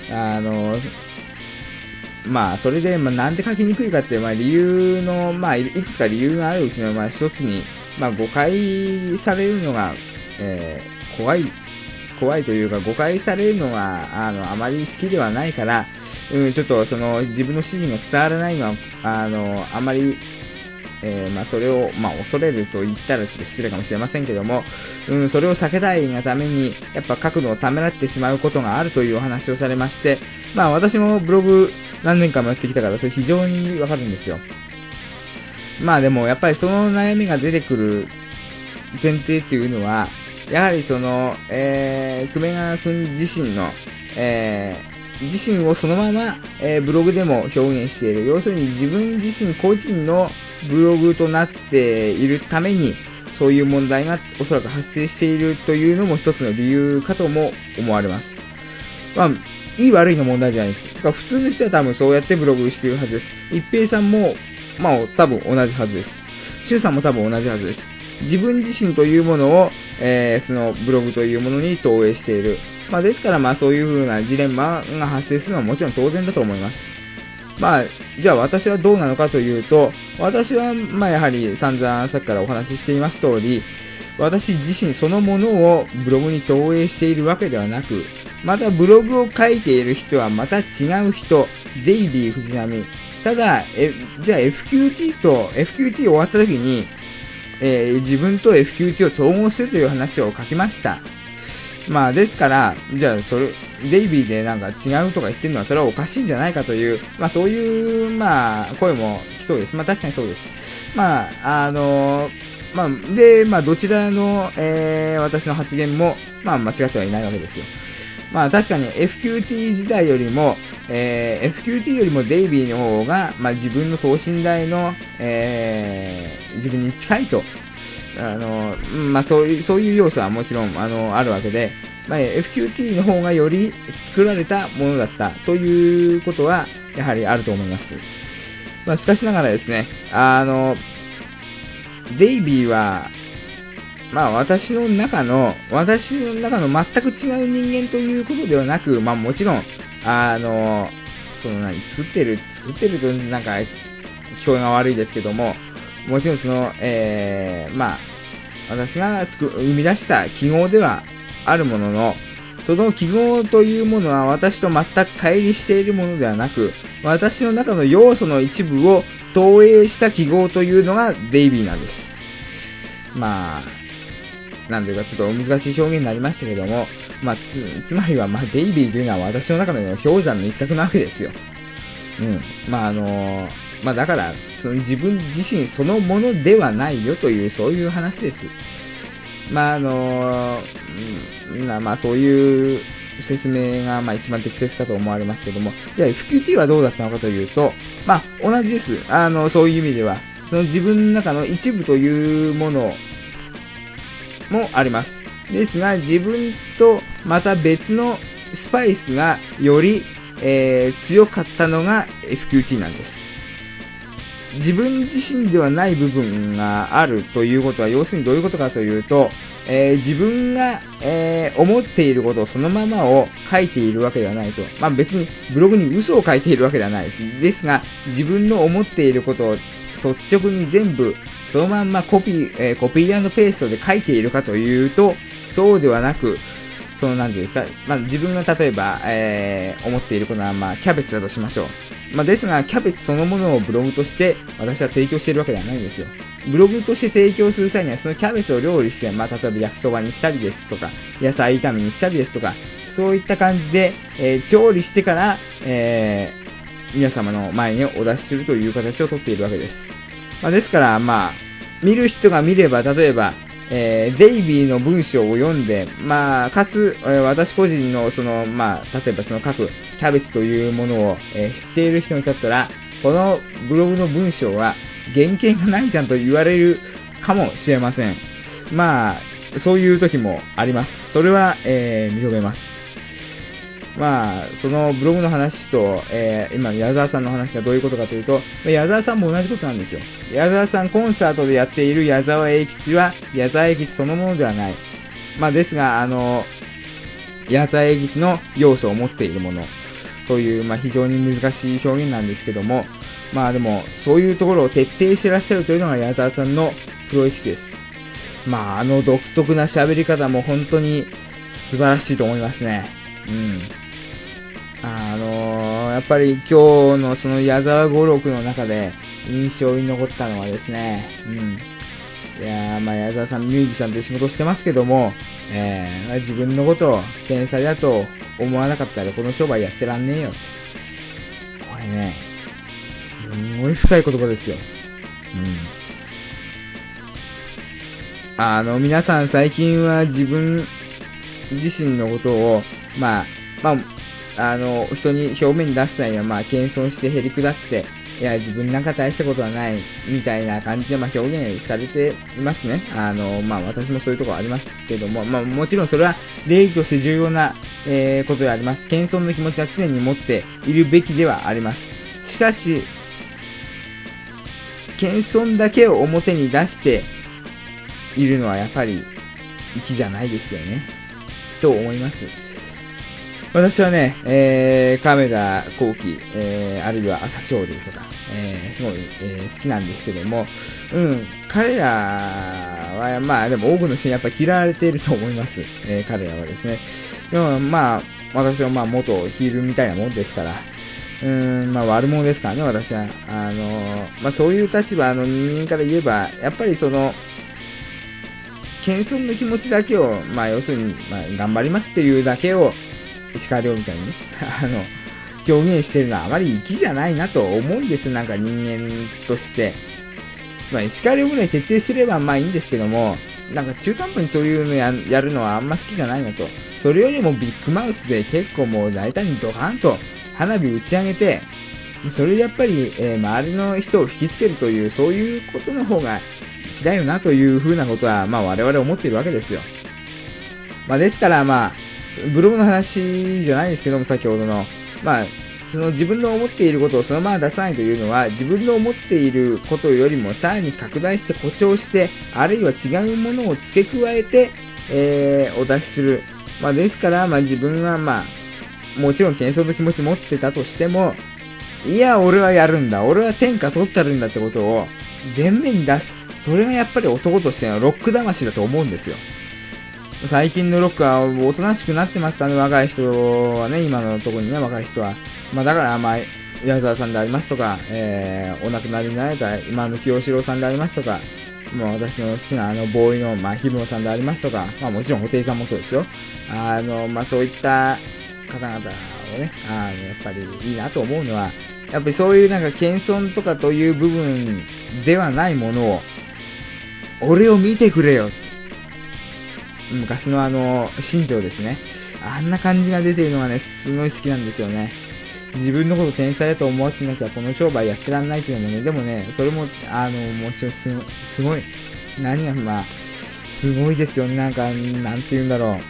まあ、それで、まあ、なんで書きにくいかっていう、まあ、理由の、まあ、いくつか理由があるうちの、まあ、一つに、まあ、誤解されるのが、怖いというか、誤解されるのが、あまり好きではないから、ちょっと、自分の指示が伝わらないのは、あまり、まあ、それを、まあ、恐れると言ったらちょっと失礼かもしれませんけども、それを避けたいがために、やっぱ書くのをためらってしまうことがあるというお話をされまして、まあ、私もブログ何年かもやってきたから、それ非常にわかるんですよ。まあ、でも、やっぱりその悩みが出てくる前提っていうのは、やはり久米川君自身の、自身をそのまま、ブログでも表現している。要するに自分自身個人のブログとなっているために、そういう問題がおそらく発生しているというのも一つの理由かとも思われます。まあ、いい悪いの問題じゃないです。だから普通の人は多分そうやってブログしているはずです。一平さんも、まあ多分同じはずです。周さんも多分同じはずです。自分自身というものを、そのブログというものに投影している。まあですからまあそういう風なジレンマが発生するのはもちろん当然だと思います。まあ、じゃあ私はどうなのかというと、私はまあやはり散々さっきからお話ししています通り、私自身そのものをブログに投影しているわけではなく、またブログを書いている人はまた違う人、デイビー藤波。ただ、じゃあ FQT 終わった時に、自分と FQT を統合するという話を書きました。まあですから、じゃあデイビーでなんか違うとか言ってるのはそれはおかしいんじゃないかという、まあそういう、まあ声も来そうです。まあ確かにそうです。まあ、まあ、で、まあどちらの、私の発言も、まあ間違ってはいないわけですよ。まあ確かに FQT 時代よりも、FQT よりもデイビーの方が、まあ自分の等身大の、自分に近いと。まあそういう要素はもちろん、あるわけで、まあ、FQT の方がより作られたものだったということは、やはりあると思います。まあしかしながらですね、デイビーは、まあ私の中の全く違う人間ということではなく、まあもちろん、作ってるとなんか、聞こえが悪いですけども、もちろんまあ、私が生み出した記号ではあるものの、その記号というものは私と全く乖離しているものではなく、私の中の要素の一部を投影した記号というのがデイビーなんです。まあ、なんというかちょっと難しい表現になりましたけども、まあ、つまりは、まあ、デイビーというのは私の中での氷山の一角なわけですよ。まあまあだから、自分自身そのものではないよという、そういう話です。まあまあそういう説明がまあ一番適切かと思われますけども、じゃあ FQT はどうだったのかというと、まあ同じです。そういう意味では、その自分の中の一部というものもあります。ですが、自分とまた別のスパイスがより、強かったのが FQT なんです。自分自身ではない部分があるということは、要するにどういうことかというと、自分が、思っていることをそのままを書いているわけではないと。まあ別にブログに嘘を書いているわけではないです。ですが、自分の思っていることを率直に全部そのまんまコピー&ペーストで書いているかというと、そうではなく、なんていうんですか、まあ自分が例えば、思っていることは、まあキャベツだとしましょう。まあですが、キャベツそのものをブログとして私は提供しているわけではないんですよ。ブログとして提供する際には、そのキャベツを料理して、まあ例えば焼きそばにしたりですとか、野菜炒めにしたりですとか、そういった感じで、調理してから、皆様の前にお出しするという形をとっているわけです。まあですから、まあ、 見る人が見れば、例えば、デイビーの文章を読んで、かつ、私個人の例えばその各キャベツというものを、知っている人にとったら、このブログの文章は原型がないじゃんと言われるかもしれません。そういう時もあります。それは、認めます。そのブログの話と、今の矢沢さんの話がどういうことかというと、矢沢さんも同じことなんですよ。矢沢さんコンサートでやっている矢沢永吉は、矢沢永吉そのものではない。ですが、矢沢永吉の要素を持っているものという、非常に難しい表現なんですけども、でも、そういうところを徹底してらっしゃるというのが矢沢さんのプロ意識です。独特な喋り方も本当に素晴らしいと思いますね。やっぱり今日のその矢沢語録の中で印象に残ったのはですね、矢沢さんミュージシャンという仕事してますけども、自分のことを天才だと思わなかったらこの商売やってらんねえよ。これね、すごい深い言葉ですよ。皆さん最近は自分自身のことを、人に表面に出す際には、謙遜してへりくだって、いや、自分なんか大したことはない、みたいな感じで、表現されていますね。私もそういうところありますけども、もちろんそれは礼儀として重要な、ことであります。謙遜の気持ちは常に持っているべきではあります。しかし、謙遜だけを表に出しているのはやっぱり、粋じゃないですよね。と思います。私はね、亀田光輝、あるいは朝青龍とか、すごい、好きなんですけども、彼らは、でも多くの人にやっぱり嫌われていると思います。彼らはですね。でも私は元ヒールみたいなもんですから、悪者ですからね、私は。そういう立場の人間から言えば、やっぱりその、謙遜の気持ちだけを、要するに、頑張りますっていうだけを、石川遼みたいにね、表現してるのはあまり粋じゃないなと思うんです、なんか人間として。石川遼ぐらい徹底すればいいんですけども、なんか中途半端にそういうのやるのはあんま好きじゃないなと。それよりもビッグマウスで結構もう大胆にドカンと花火打ち上げて、それでやっぱり、周りの人を引きつけるという、そういうことの方が粋だよなというふうなことは、我々思っているわけですよ。ですからブログの話じゃないですけども、先ほどの、その自分の思っていることをそのまま出さないというのは、自分の思っていることよりもさらに拡大して誇張して、あるいは違うものを付け加えて、お出しする。ですから、自分はもちろん謙遜の気持ち持ってたとしても、いや、俺はやるんだ。俺は天下取ってるんだってことを前面に出す。それがやっぱり男としてのロック魂だと思うんですよ。最近のロックはおとなしくなってますかね、若い人はね、今のところにね、若い人は。だから矢沢さんでありますとか、お亡くなりになられた今の清志郎さんでありますとか、私の好きなボーイの、日村さんでありますとか、もちろん布袋さんもそうですよ。そういった方々をね、やっぱりいいなと思うのは、やっぱりそういうなんか謙遜とかという部分ではないものを、俺を見てくれよ。昔の新庄ですね。あんな感じが出ているのがね、すごい好きなんですよね。自分のこと天才だと思わせなきゃこの商売やってらんないっていうのもね、でもね、それも、もちろんすごい、何がすごいですよね。なんて言うんだろう。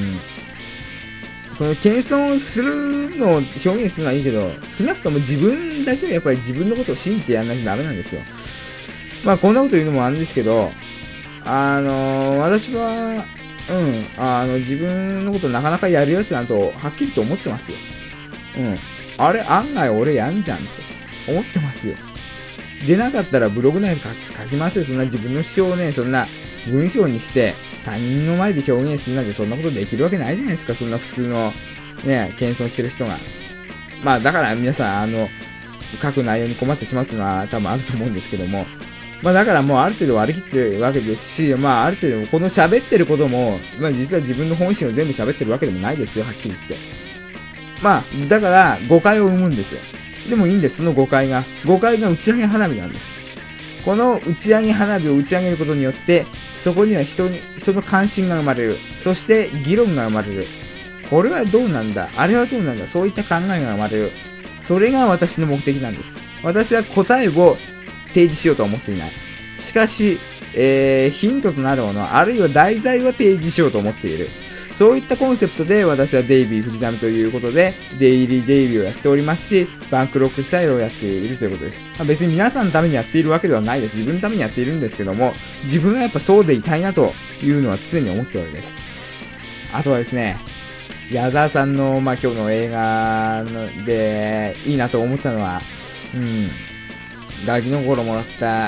その謙遜をするのを表現するのはいいけど、少なくとも自分だけはやっぱり自分のことを信じてやらないとダメなんですよ。こんなこと言うのもあるんですけど、私は、自分のことなかなかやるやつだと、はっきりと思ってますよ。あれ、案外俺やんじゃんって思ってますよ。でなかったらブログ内で書きますよ。そんな自分の主張をね、そんな文章にして他人の前で表現するなんてそんなことできるわけないじゃないですか。そんな普通のね、謙遜してる人が。だから皆さん、書く内容に困ってしまうっていうのは多分あると思うんですけども。だからもうある程度割り切ってるわけですし、ある程度この喋ってることも、実は自分の本心を全部喋ってるわけでもないですよ、はっきり言って。だから誤解を生むんですよ。でもいいんです、その誤解が。誤解が打ち上げ花火なんです。 この打ち上げ花火を打ち上げることによって、そこには人の関心が生まれる。そして議論が生まれる。これはどうなんだ、あれはどうなんだ、そういった考えが生まれる。それが私の目的なんです。私は答えを提示しようとは思っていない。しかし、ヒントとなるもの、あるいは題材は提示しようと思っている。そういったコンセプトで私はデイビー・藤波ということで、デイリー・デイビーをやっておりますし、バンクロックスタイルをやっているということです。別に皆さんのためにやっているわけではないです。自分のためにやっているんですけども、自分はやっぱそうでいたいなというのは常に思っておるです。あとはですね、矢沢さんの、今日の映画でいいなと思ったのは、ガキの頃もらった、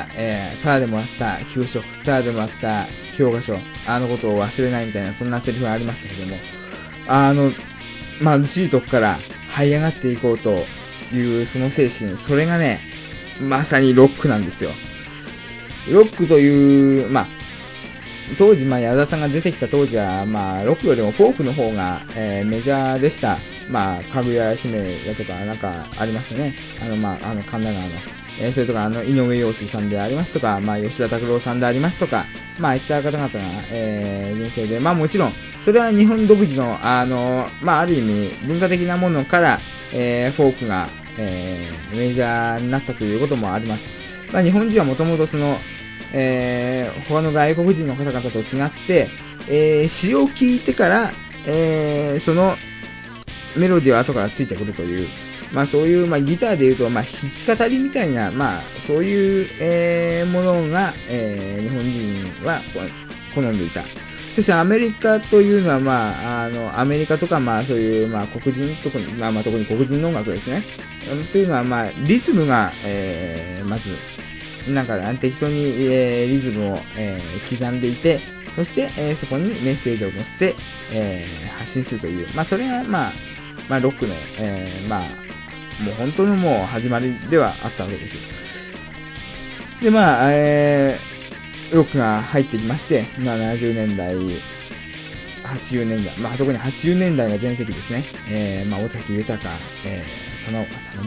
ただでもらった給食、ただでもらった教科書、あのことを忘れないみたいな、そんなセリフがありましたけども、貧しいとこから這い上がっていこうというその精神、それがね、まさにロックなんですよ。ロックという、当時、矢沢さんが出てきた当時は、ロックよりもフォークの方が、メジャーでした。かぐや姫だとか、なんかありますね。神田川の。それとか、井上陽水さんでありますとか、吉田拓郎さんでありますとか、ああいった方々が、人生で、もちろん、それは日本独自の、ある意味、文化的なものから、フォークが、メジャーになったということもあります。日本人はもともとその、他の外国人の方々と違って、詩を聞いてから、そのメロディーは後からついてくるという、そういう、ギターでいうと、弾き語りみたいな、そういう、ものが、日本人は好んでいた。そしてアメリカというのは、アメリカとか、そういう、黒人、特に黒人の音楽ですね。というのは、リズムが、まず、適当に、リズムを、刻んでいて、そして、そこにメッセージを載せて、発信するという、それが、ロックの、もう本当のもう始まりではあったわけです。で、ロックが入ってきまして、70年代、80年代、特に80年代が全盛期ですね。尾崎豊、その元原違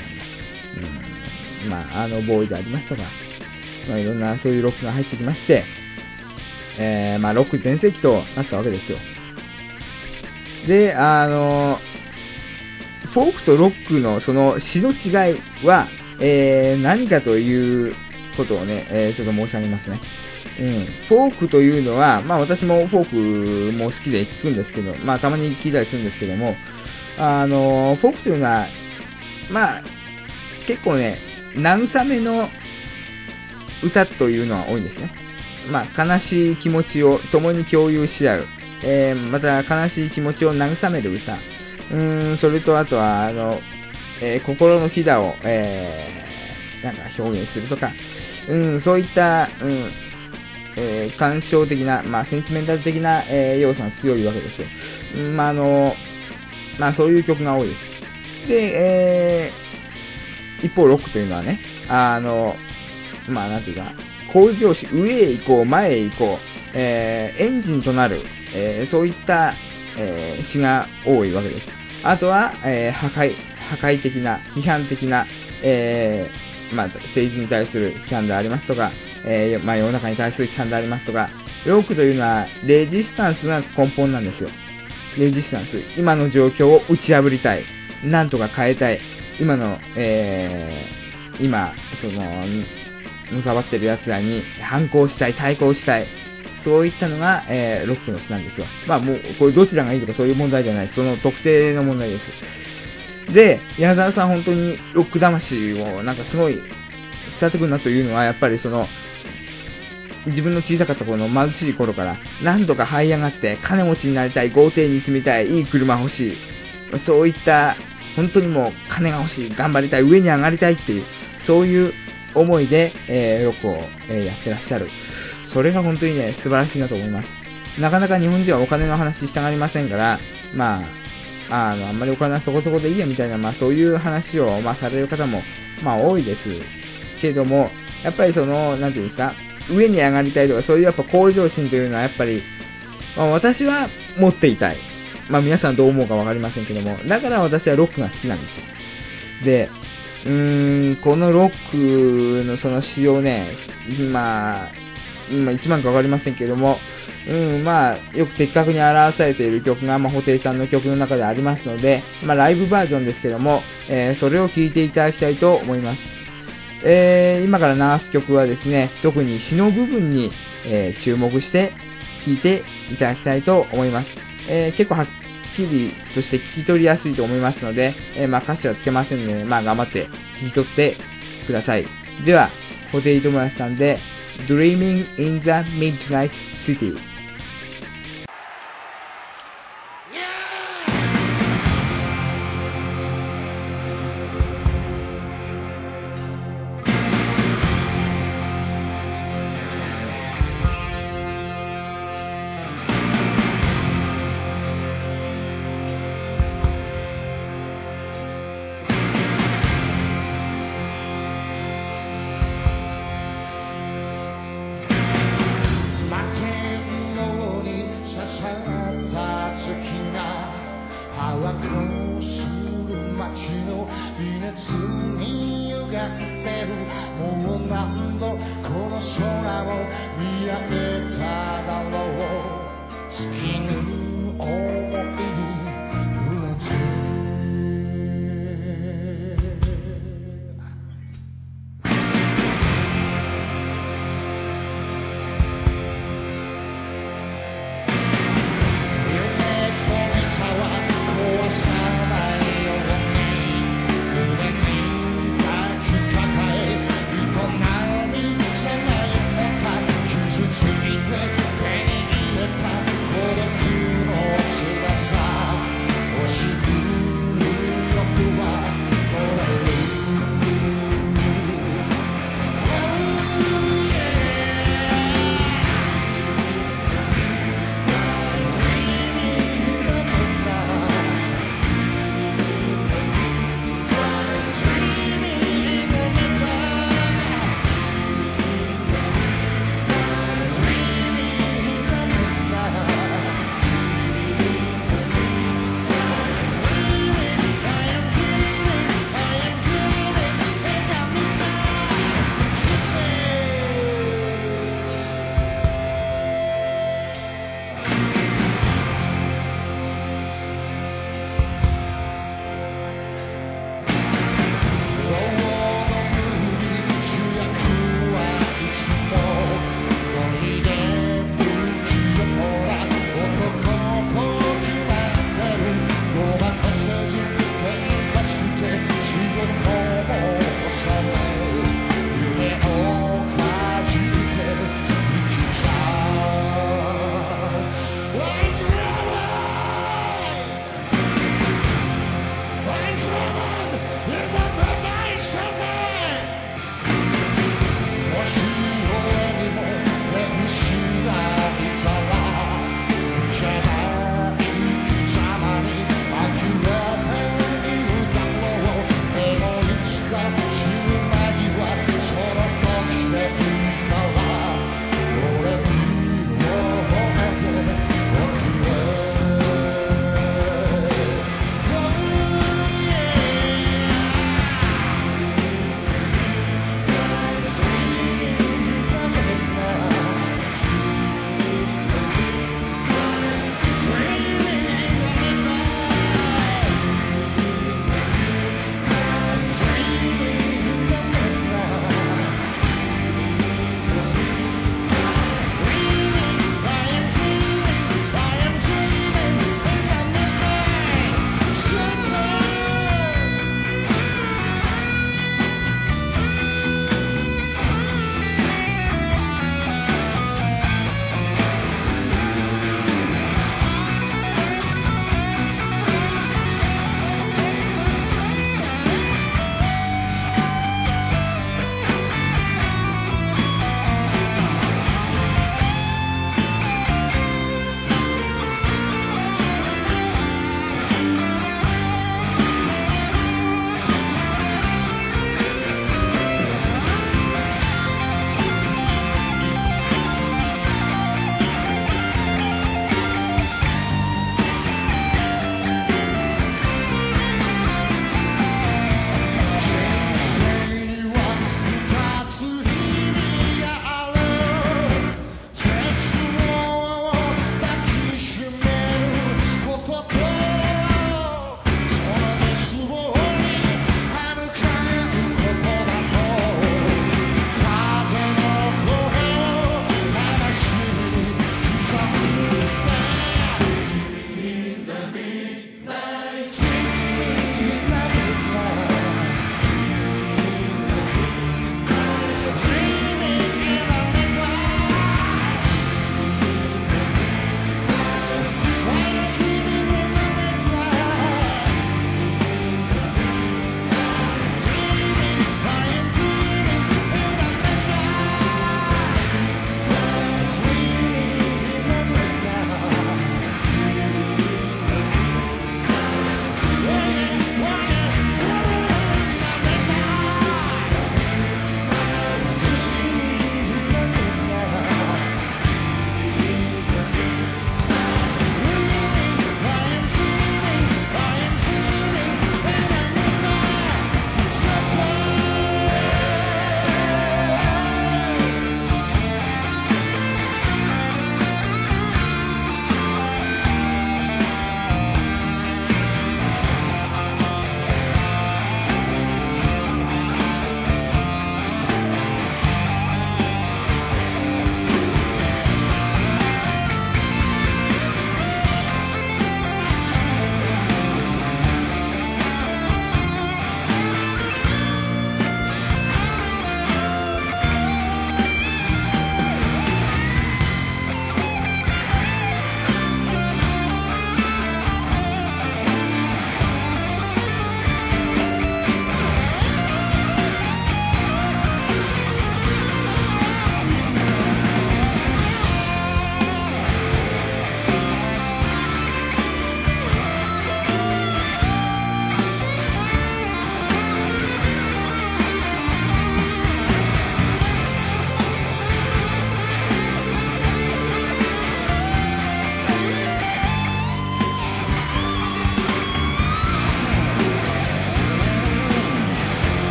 うんだ。ボーイでありますとか、いろんなそういうロックが入ってきまして、ロック全盛期となったわけですよ。で、フォークとロックのその詩の違いは、何かということをね、ちょっと申し上げますね。フォークというのは、私もフォークも好きで聞くんですけど、たまに聞いたりするんですけども、フォークというのは、結構ね、慰めの歌というのは多いんですね。悲しい気持ちを共に共有し合う。また悲しい気持ちを慰める歌。それとあとは、心のひだを、表現するとか、そういった、感傷的な、センチメンタル的な、要素が強いわけですよ。そういう曲が多いです。で、一方、ロックというのはね、なんていうか、向上心、上へ行こう、前へ行こう、エンジンとなる、そういった、詩が多いわけです。あとは、破壊的な、批判的な、政治に対する批判でありますとか、世の中に対する批判でありますとか、ロックというのは、レジスタンスが根本なんですよ。レジスタンス。今の状況を打ち破りたい。なんとか変えたい。今の、のさばってる奴らに反抗したい、対抗したい。そういったのが、ロックの詩なんですよ。もう、これどちらがいいとかそういう問題じゃないです。その特定の問題です。で、矢沢さん本当にロック魂をすごい伝わってくるなというのは、やっぱり自分の小さかった頃の貧しい頃から、何とか這い上がって、金持ちになりたい、豪邸に住みたい、いい車欲しい。そういった、本当にもう金が欲しい、頑張りたい、上に上がりたいっていう、そういう思いで、ロックを、やってらっしゃる。それが本当にね、素晴らしいなと思います。なかなか日本人はお金の話したがりませんから、あんまりお金はそこそこでいいやみたいな、そういう話を、される方も、多いです。けれども、やっぱりなんていうんですか、上に上がりたいとか、そういうやっぱ向上心というのはやっぱり、私は持っていたい。皆さんどう思うかわかりませんけども、だから私はロックが好きなんですよ。で、 このロックのその仕様ね、今一番かわかりませんけども、よく的確に表されている曲が、布袋さんの曲の中でありますので、ライブバージョンですけども、それを聴いていただきたいと思います。今から流す曲はですね、特に詩の部分に、注目して聴いていただきたいと思います。結構はっきりとして聞き取りやすいと思いますので、歌詞はつけませんので、頑張って聞き取ってください。では、布袋寅泰さんで Dreaming in the Midnight City。 傷ついて手に入れた孤独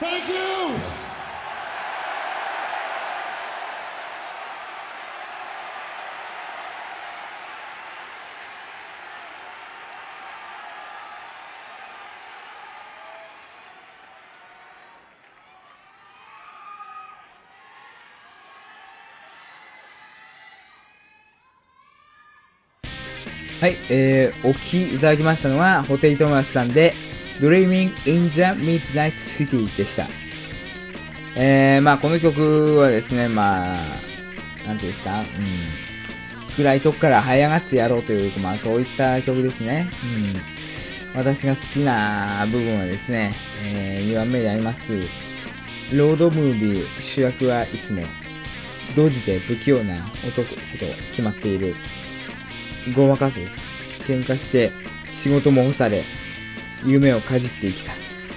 Thank you! はい、お聴きいただきましたのは、ホテイトマスさんで、Dreaming in the Midnight City でした。この曲はですね、なんていうんですか、暗いとこから這い上がってやろうという、そういった曲ですね。私が好きな部分はですね、2番目であります、ロードムービー主役はいつも、ドジで不器用な男と決まっている。ごまかすです。喧嘩して仕事も干され、夢をかじって生きた。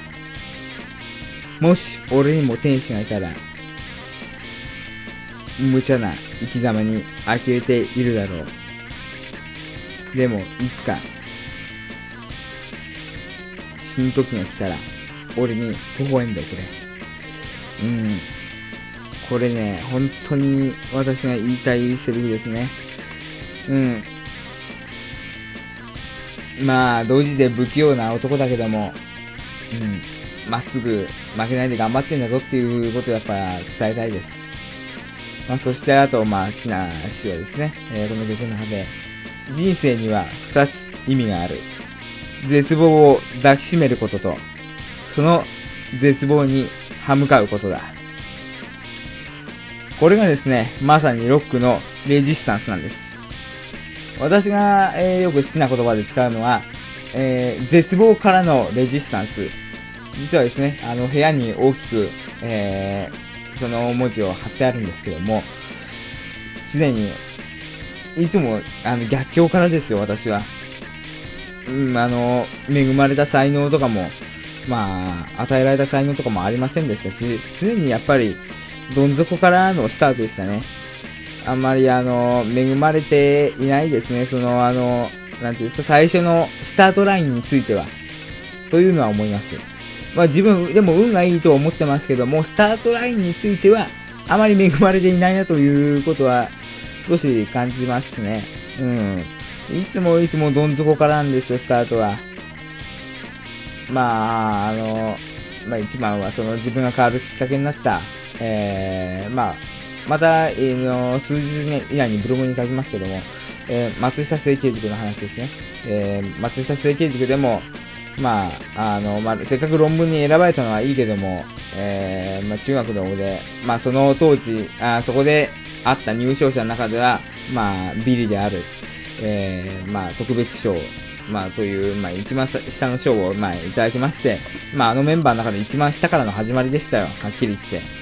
もし俺にも天使がいたら、無茶な生き様に呆れているだろう。でもいつか死ぬ時が来たら、俺に微笑んでおくれ。これね、本当に私が言いたいセリフですね。同時で不器用な男だけども、まっすぐ負けないで頑張ってんだぞっていうことをやっぱ伝えたいです。そしてあと、好きな詩はですね、この曲の中で、人生には2つ意味がある。絶望を抱きしめることと、その絶望に歯向かうことだ。これがですね、まさにロックのレジスタンスなんです。私が、よく好きな言葉で使うのは、絶望からのレジスタンス。実はですね、部屋に大きく、その文字を貼ってあるんですけども、常に、いつも、逆境からですよ、私は。恵まれた才能とかも、与えられた才能とかもありませんでしたし、常にやっぱり、どん底からのスタートでしたね。あんまり恵まれていないですね。なんていうんですか、最初のスタートラインについては、というのは思います。自分でも運がいいと思ってますけども、スタートラインについては、あまり恵まれていないなということは、少し感じますね。いつもどん底からなんですよ、スタートは。一番はその自分が変わるきっかけになった、また、数日以内にブログに書きますけども、松下政経塾の話ですね。松下政経塾でも、せっかく論文に選ばれたのはいいけども、中学の方で、その当時、そこであった入賞者の中では、ビリである、特別賞、という、一番下の賞を、いただきまして、メンバーの中で一番下からの始まりでしたよ、はっきり言って。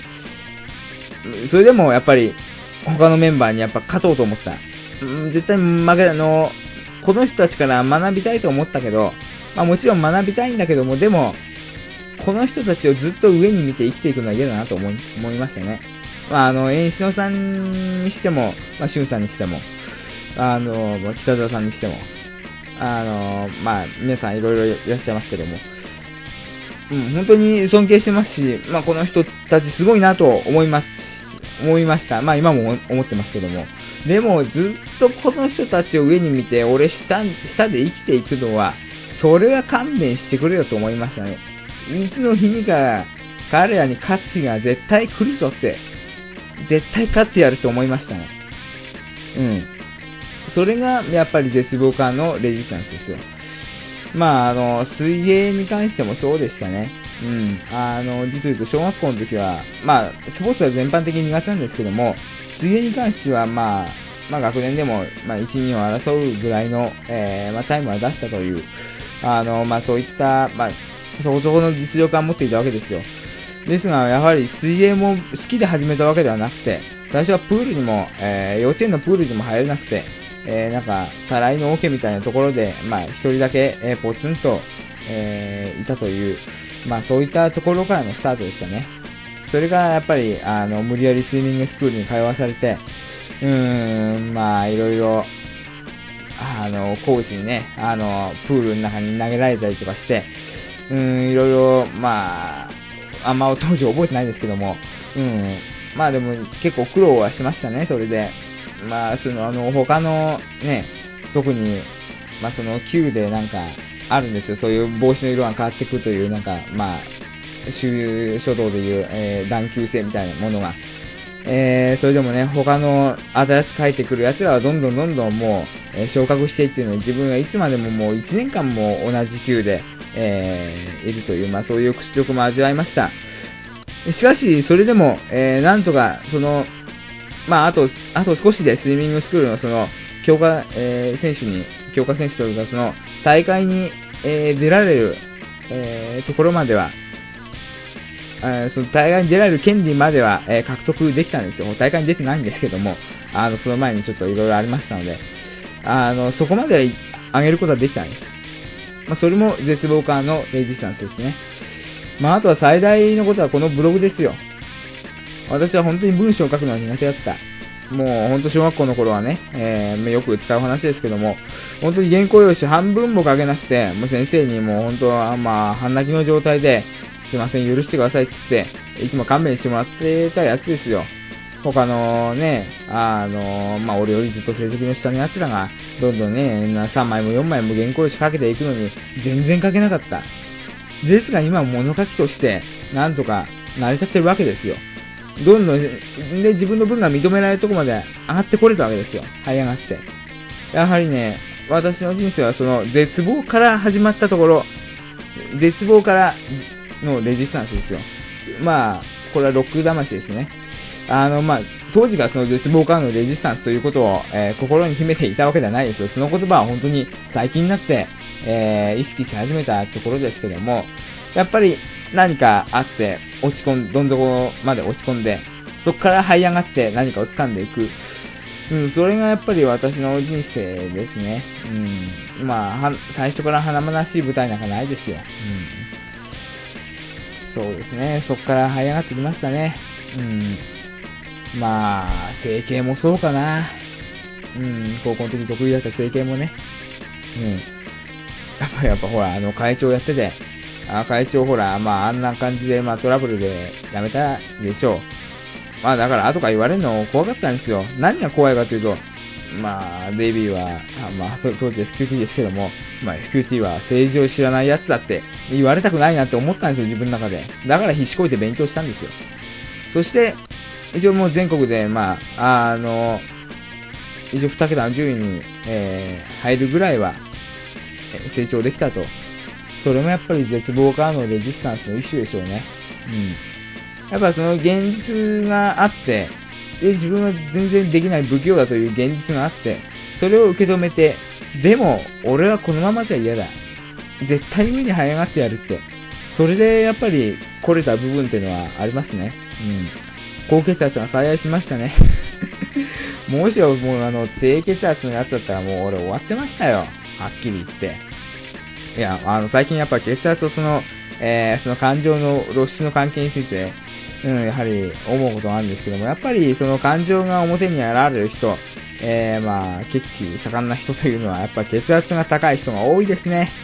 それでもやっぱり他のメンバーにやっぱ勝とうと思った。絶対負けこの人たちから学びたいと思ったけど、もちろん学びたいんだけども、でもこの人たちをずっと上に見て生きていくのは嫌だなと思いましたね。遠志野さんにしても、俊さんにしても、北澤さんにしても、皆さんいろいろいらっしゃいますけども、本当に尊敬してますし、この人たちすごいなと思いました。今も思ってますけども。でも、ずっとこの人たちを上に見て、俺下で生きていくのは、それは勘弁してくれよと思いましたね。いつの日にか、彼らに価値が絶対来るぞって、絶対勝ってやると思いましたね。それが、やっぱり絶望からのレジスタンスですよ。水泳に関してもそうでしたね。実を言うと小学校の時は、スポーツは全般的に苦手なんですけども、水泳に関しては、学年でも、1、2を争うぐらいの、タイムは出したという、そういった、そこそこの実力は持っていたわけですよ。ですが、やはり水泳も好きで始めたわけではなくて、最初はプールにも、幼稚園のプールにも入れなくて、たらいの桶みたいなところで、一人だけ、ポツンと、いたという、そういったところからのスタートでしたね。それがやっぱり、無理やりスイミングスクールに通わされて、いろいろ、コーチにね、プールの中に投げられたりとかして、いろいろ、 あんま当時覚えてないですけども、まあでも結構苦労はしましたね、それで。まあ、他のね、特に、まあその級でなんかあるんですよ。そういう帽子の色が変わってくるという、なんか、まあ、書道でいう、段級制みたいなものが。それでもね、他の新しく書いてくるやつらはどんどんもう、昇格していっていうのに、自分がいつまでももう1年間も同じ級で、いるという、まあそういう屈辱も味わいました。しかし、それでも、なんとか、まああと少しでスイミングスクールの強化選手というか、大会に、出られる、ところまでは、その大会に出られる権利までは、獲得できたんですよ。大会に出てないんですけども、その前にちょっといろいろありましたので、そこまで上げることはできたんです。まあ、それも絶望感のレジスタンスですね。まあ、あとは最大のことはこのブログですよ。私は本当に文章を書くのは苦手だった。もう本当小学校の頃はね、よく使う話ですけども、本当に原稿用紙半分も書けなくて、もう先生にもう本当は半泣きの状態で、すいません許してくださいって言って、いつも勘弁してもらってたやつですよ。他のね、俺よりずっと成績の下の奴らが、どんどんね、3枚も4枚も原稿用紙かけていくのに、全然書けなかった。ですが今は物書きとして、なんとか成り立ってるわけですよ。どんどん、で、自分の分が認められるところまで上がってこれたわけですよ。這い上がって。やはりね、私の人生は絶望から始まったところ、絶望からのレジスタンスですよ。まあ、これはロック魂ですね。当時がその絶望からのレジスタンスということを、心に秘めていたわけではないですよ。その言葉は本当に最近になって、意識し始めたところですけども、やっぱり何かあって、どん底まで落ち込んで、そこから這い上がって何かを掴んでいく。それがやっぱり私の人生ですね。最初から華々しい舞台なんかないですよ。そうですね。そこから這い上がってきましたね。整形もそうかな。高校の時得意だった整形もね。やっぱほら、会長やってて、会長ほら、あんな感じで、トラブルで辞めたでしょう。だから後から言われるの怖かったんですよ。何が怖いかというと、デイビーは、当時 FQT ですけども、FQT は政治を知らないやつだって言われたくないなって思ったんですよ、自分の中で。だから必死こいて勉強したんですよ。そして、一応もう全国で、一応2桁の順位に、入るぐらいは、成長できたと。それもやっぱり絶望からのレジスタンスの一種でしょうね。やっぱその現実があって、自分は全然できない不器用だという現実があって、それを受け止めて、でも、俺はこのままじゃ嫌だ。絶対上に這い上がってやるって。それでやっぱり来れた部分っていうのはありますね。高血圧が最愛しましたね。もしも低血圧のやつだったらもう俺終わってましたよ。はっきり言って。いや、最近やっぱ血圧とその感情の露出の関係について、やはり思うことがあるんですけども、やっぱりその感情が表に現れる人、血気盛んな人というのは、やっぱ血圧が高い人が多いですね。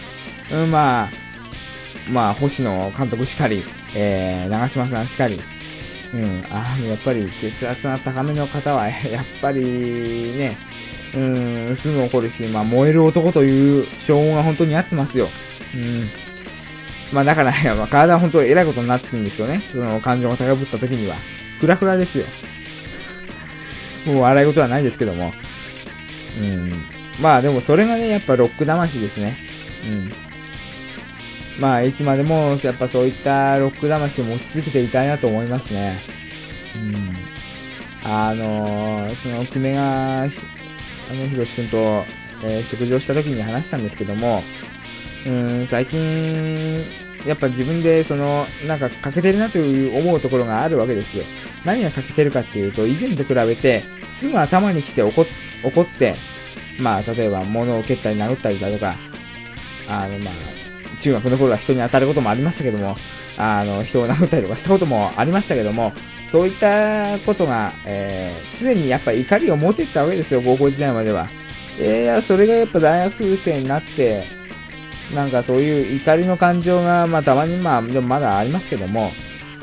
星野監督しかり、長嶋さんしかり、やっぱり血圧が高めの方は、やっぱりね、すぐ怒るし、燃える男という称号が本当に合ってますよ。だから、体は本当に偉いことになってるんですよね。その感情が高ぶった時には。フラフラですよ。もう笑い事はないですけども。でもそれがね、やっぱロック魂ですね。いつまでも、やっぱそういったロック魂を持ち続けていたいなと思いますね。その久米が、ひろし君と、食事をした時に話したんですけども、最近、やっぱ自分でなんか欠けてるなという思うところがあるわけですよ。何が欠けてるかっていうと、以前と比べて、すぐ頭に来て怒って、例えば物を蹴ったり殴ったりだとか、中学の頃は人に当たることもありましたけども、人を殴ったりとかしたこともありましたけども、そういったことが、常にやっぱり怒りを持っていったわけですよ、高校時代までは。それがやっぱ大学生になって、なんかそういう怒りの感情が、たまにでもまだありますけども、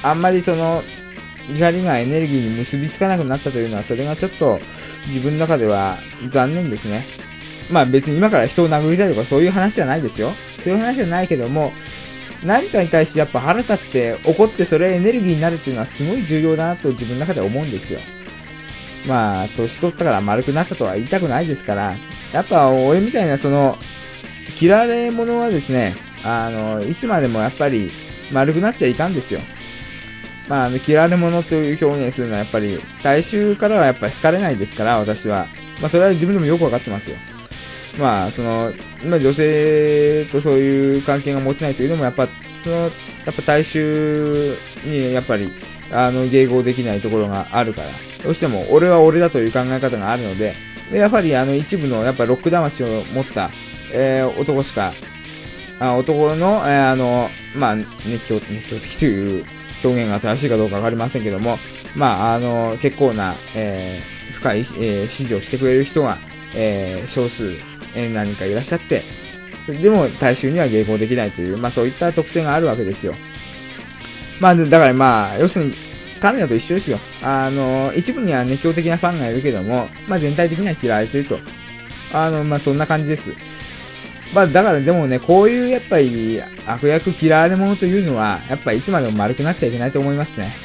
あんまりその光がエネルギーに結びつかなくなったというのは、それがちょっと自分の中では残念ですね。まあ別に今から人を殴りたいとかそういう話じゃないですよ。そういう話じゃないけども、何かに対してやっぱ腹立って怒ってそれがエネルギーになるっていうのはすごい重要だなと自分の中で思うんですよ。まあ、年取ったから丸くなったとは言いたくないですから、やっぱ俺みたいなその、嫌われ者はですね、いつまでもやっぱり丸くなっちゃいかんですよ。まあ、嫌われ者という表現するのはやっぱり、大衆からはやっぱり好かれないですから、私は。まあ、それは自分でもよくわかってますよ。まあ、女性とそういう関係が持てないというのも、やっぱ大衆に、やっぱり、迎合できないところがあるから、どうしても、俺は俺だという考え方があるので、やっぱり、一部の、やっぱロック魂を持った、男しか、男の、まあ、熱狂的という表現が正しいかどうかわかりませんけども、まあ、結構な、深い、支持をしてくれる人が、少数、何かいらっしゃって、でも大衆には迎合できないという、まあそういった特性があるわけですよ。まあだからまあ、要するに、彼らと一緒ですよ。一部には熱狂的なファンがいるけども、まあ全体的には嫌われていると。まあそんな感じです。まあだからでもね、こういうやっぱり悪役嫌われ者というのは、やっぱりいつまでも丸くなっちゃいけないと思いますね。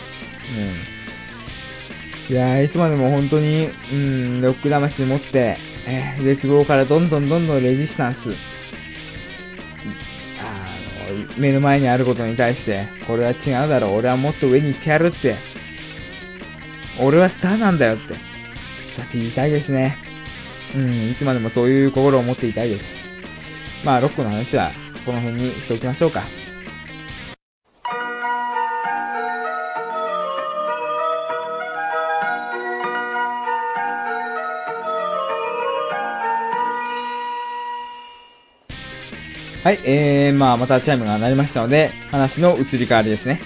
いやー、いつまでも本当に、ロック魂持って、絶望からどんどんレジスタンス、目の前にあることに対して、これは違うだろう、俺はもっと上に行ってやるって、俺はスターなんだよって、さっき言いたいですね。いつまでもそういう心を持っていたいです。まあ、ロックの話はこの辺にしておきましょうか。はい、まあ、またチャイムが鳴りましたので、話の移り変わりですね。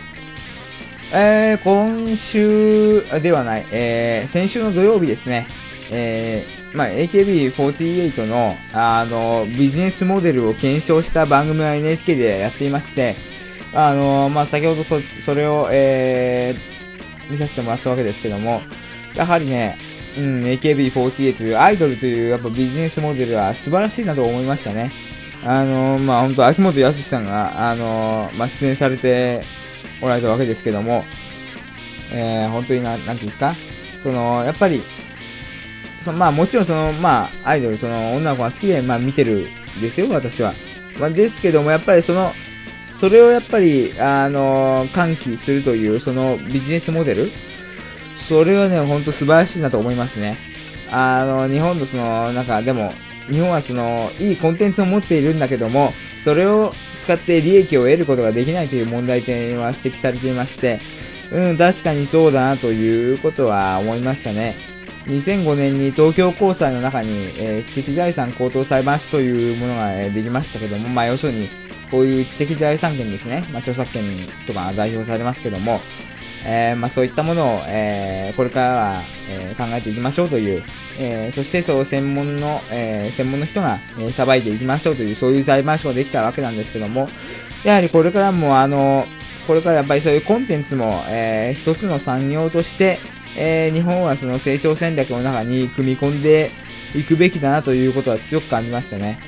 今週ではない、先週の土曜日ですね、まあ、AKB48 の、ビジネスモデルを検証した番組は NHK でやっていまして、まあ、先ほどそれを、見させてもらったわけですけども、やはりね、AKB48 というアイドルというやっぱビジネスモデルは素晴らしいなと思いましたね。まあ、本当秋元康さんが、まあ、出演されておられたわけですけども、本当になんていうんですか、やっぱり、まあ、もちろんまあ、アイドル、女の子が好きで、まあ、見てるんですよ、私は。まあ、ですけども、やっぱりそれをやっぱり、喚起するという、ビジネスモデル、それはね、本当素晴らしいなと思いますね。日本のなんか、でも、日本はいいコンテンツを持っているんだけども、それを使って利益を得ることができないという問題点は指摘されていまして、確かにそうだなということは思いましたね。2005年に東京高裁の中に、知的財産高等裁判所というものができましたけども、まあ要するに、こういう知的財産権ですね、まあ著作権とかが代表されますけども、まあそういったものを、これからは、考えていきましょうという、そして専門の人が、裁いていきましょうという、そういう裁判所ができたわけなんですけども、やはりこれからもこれからやっぱりそういうコンテンツも、一つの産業として、日本はその成長戦略の中に組み込んでいくべきだなということは強く感じましたね。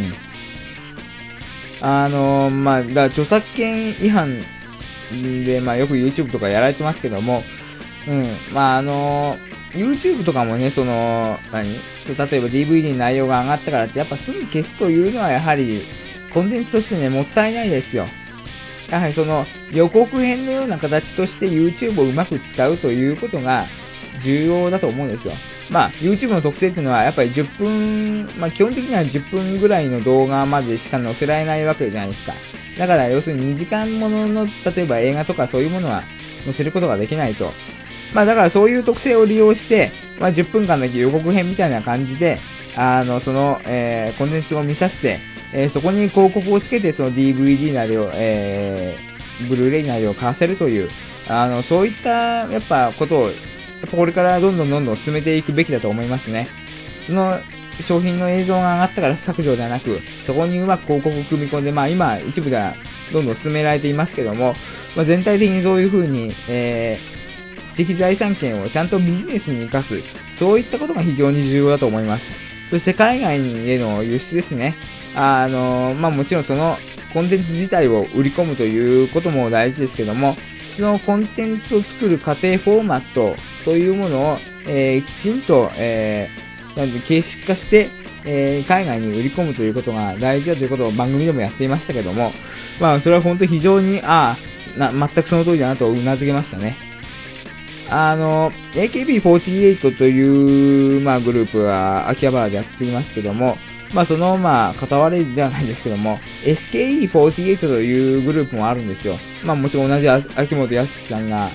まあ、だから著作権違反で、まあ、よく YouTube とかやられてますけども、まあ、YouTube とかもね、例えば DVD の内容が上がったからって、やっぱすぐ消すというのは、やはり、コンテンツとしてね、もったいないですよ。やはり予告編のような形として YouTube をうまく使うということが重要だと思うんですよ。まあ、YouTube の特性っていうのは、やっぱり10分、まあ、基本的には10分ぐらいの動画までしか載せられないわけじゃないですか。だから、要するに2時間ものの、例えば映画とかそういうものは載せることができないと。まあ、だからそういう特性を利用して、まあ、10分間だけ予告編みたいな感じで、コンテンツを見させて、そこに広告をつけて、DVD なりを、ブルーレイなりを買わせるという、そういった、やっぱことを、これからどんどん進めていくべきだと思いますね。商品の映像が上がったから削除ではなく、そこにうまく広告を組み込んで、まあ今、一部ではどんどん進められていますけども、全体的にそういう風に、知的財産権をちゃんとビジネスに生かす、そういったことが非常に重要だと思います。そして海外への輸出ですね。もちろんそのコンテンツ自体を売り込むということも大事ですけども、そのコンテンツを作る過程フォーマットというものを、きちんと、形式化して、海外に売り込むということが大事だということを番組でもやっていましたけども、それは本当に非常に、全くその通りだなとうなずけましたね。AKB48 という、グループは秋葉原でやっていますけども、その、片割れではないですけども、SKE48 というグループもあるんですよ。もちろん同じ秋元康さんが、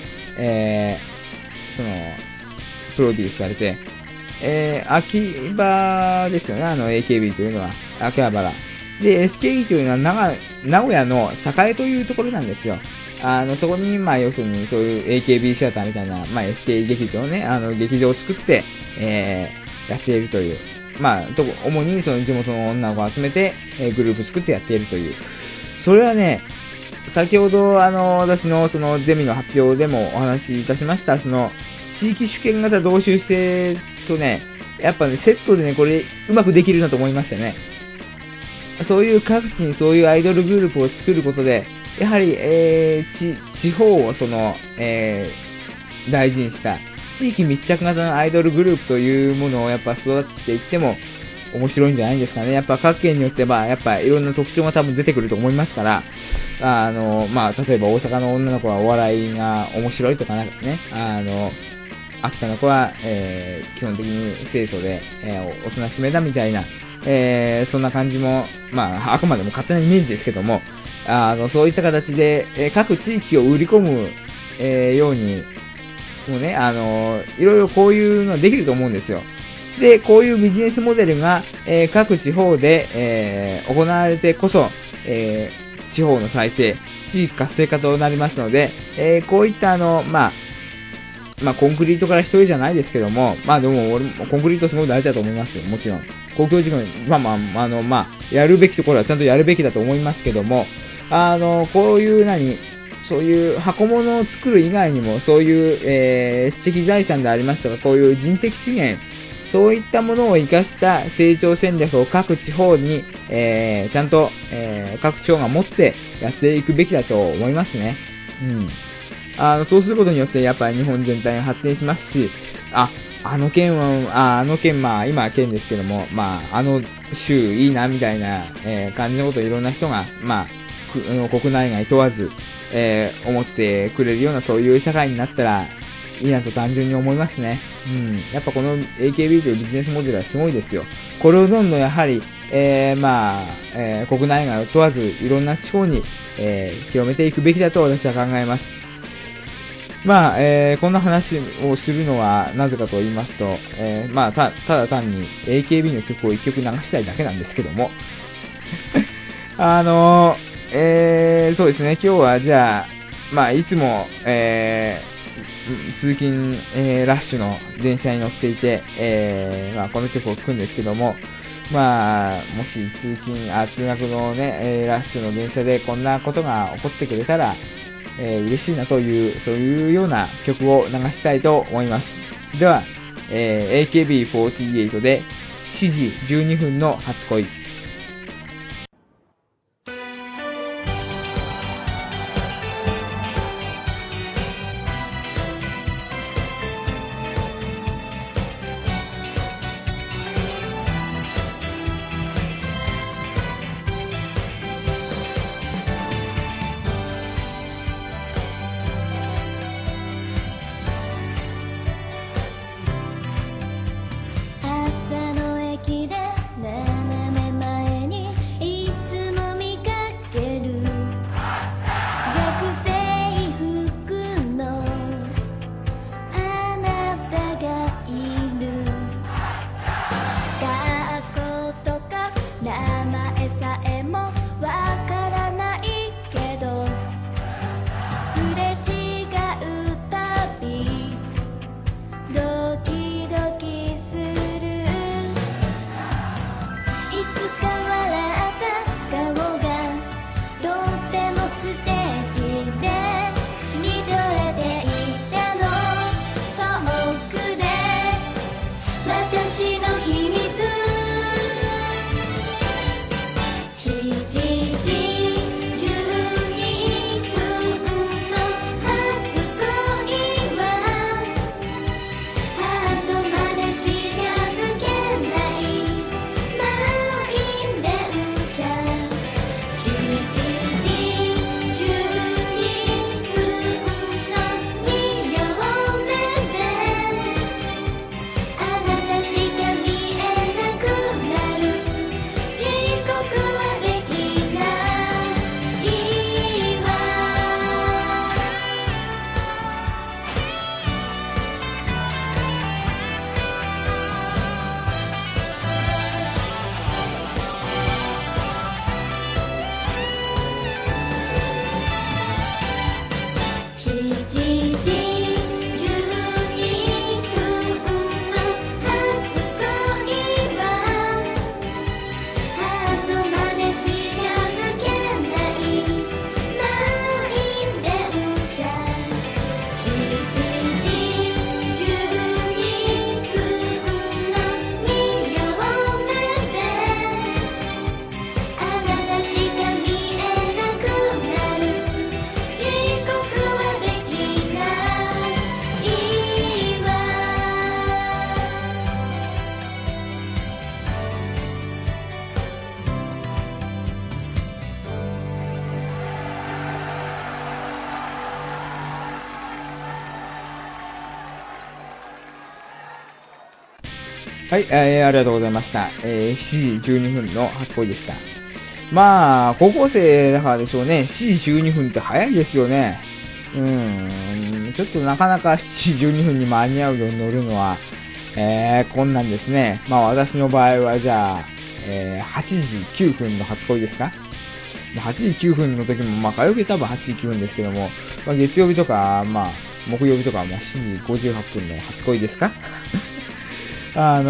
プロデュースされて、秋葉ですよね、AKB というのは、秋葉原。で、SKE というのは名古屋の栄というところなんですよ。そこに、要するに、そういう AKB シアターみたいな、SKE 劇場ね、劇場を作って、やっているという。主にその地元の女の子を集めて、グループ作ってやっているという。それはね、先ほど、私のそのゼミの発表でもお話しいたしました、その、地域主権型同州制とね、やっぱね、セットでね、これ、うまくできるなと思いましたね。そういう各地にそういうアイドルグループを作ることで、やはり、地方をその、大事にした地域密着型のアイドルグループというものをやっぱ育っていっても面白いんじゃないんですかね。やっぱ各県によってはやっぱいろんな特徴が多分出てくると思いますから、例えば大阪の女の子はお笑いが面白いとかね、秋田の子は、基本的に清楚で、おとなしめだみたいな、そんな感じも、あくまでも勝手なイメージですけども、そういった形で、各地域を売り込む、ように、もうね、いろいろこういうのはできると思うんですよ。で、こういうビジネスモデルが、各地方で、行われてこそ、地方の再生、地域活性化となりますので、こういったコンクリートから一人じゃないですけども、でも俺もコンクリートすごい大事だと思いますよ。もちろん。公共事業、やるべきところはちゃんとやるべきだと思いますけども、こういうそういう箱物を作る以外にも、そういう、知的財産でありますとか、こういう人的資源、そういったものを生かした成長戦略を各地方に、ちゃんと、各地方が持ってやっていくべきだと思いますね。そうすることによって、やっぱり日本全体が発展しますし、あの県は、今は県ですけども、州いいな、みたいな、感じのことをいろんな人が、国内外問わず、思ってくれるようなそういう社会になったらいいなと単純に思いますね。やっぱこの AKB というビジネスモデルはすごいですよ。これをどんどんやはり、国内外を問わずいろんな地方に、広めていくべきだと私は考えます。こんな話をするのはなぜかと言いますと、ただ単に AKB の曲を一曲流したいだけなんですけどもそうですね、今日はじゃあ、いつも、通勤、ラッシュの電車に乗っていて、この曲を聴くんですけども、もし通学のね、ラッシュの電車でこんなことが起こってくれたら、嬉しいなという、そういうような曲を流したいと思います。では、AKB48 で7時12分の初恋。 朝の駅で斜め前にいつも見かける学生服のあなたがいる学校とか名前さえもわからないけどすれ違うたびドキドキするいつか笑った顔がとってもはい、ありがとうございました。7時12分の初恋でした。まあ、高校生だからでしょうね。7時12分って早いですよね。ちょっとなかなか7時12分に間に合うように乗るのは、困難ですね。まあ私の場合はじゃあ、8時9分の初恋ですか？8時9分の時も、まあ火曜日多分8時9分ですけども、まあ月曜日とか、まあ木曜日とかはもう7時58分の初恋ですか何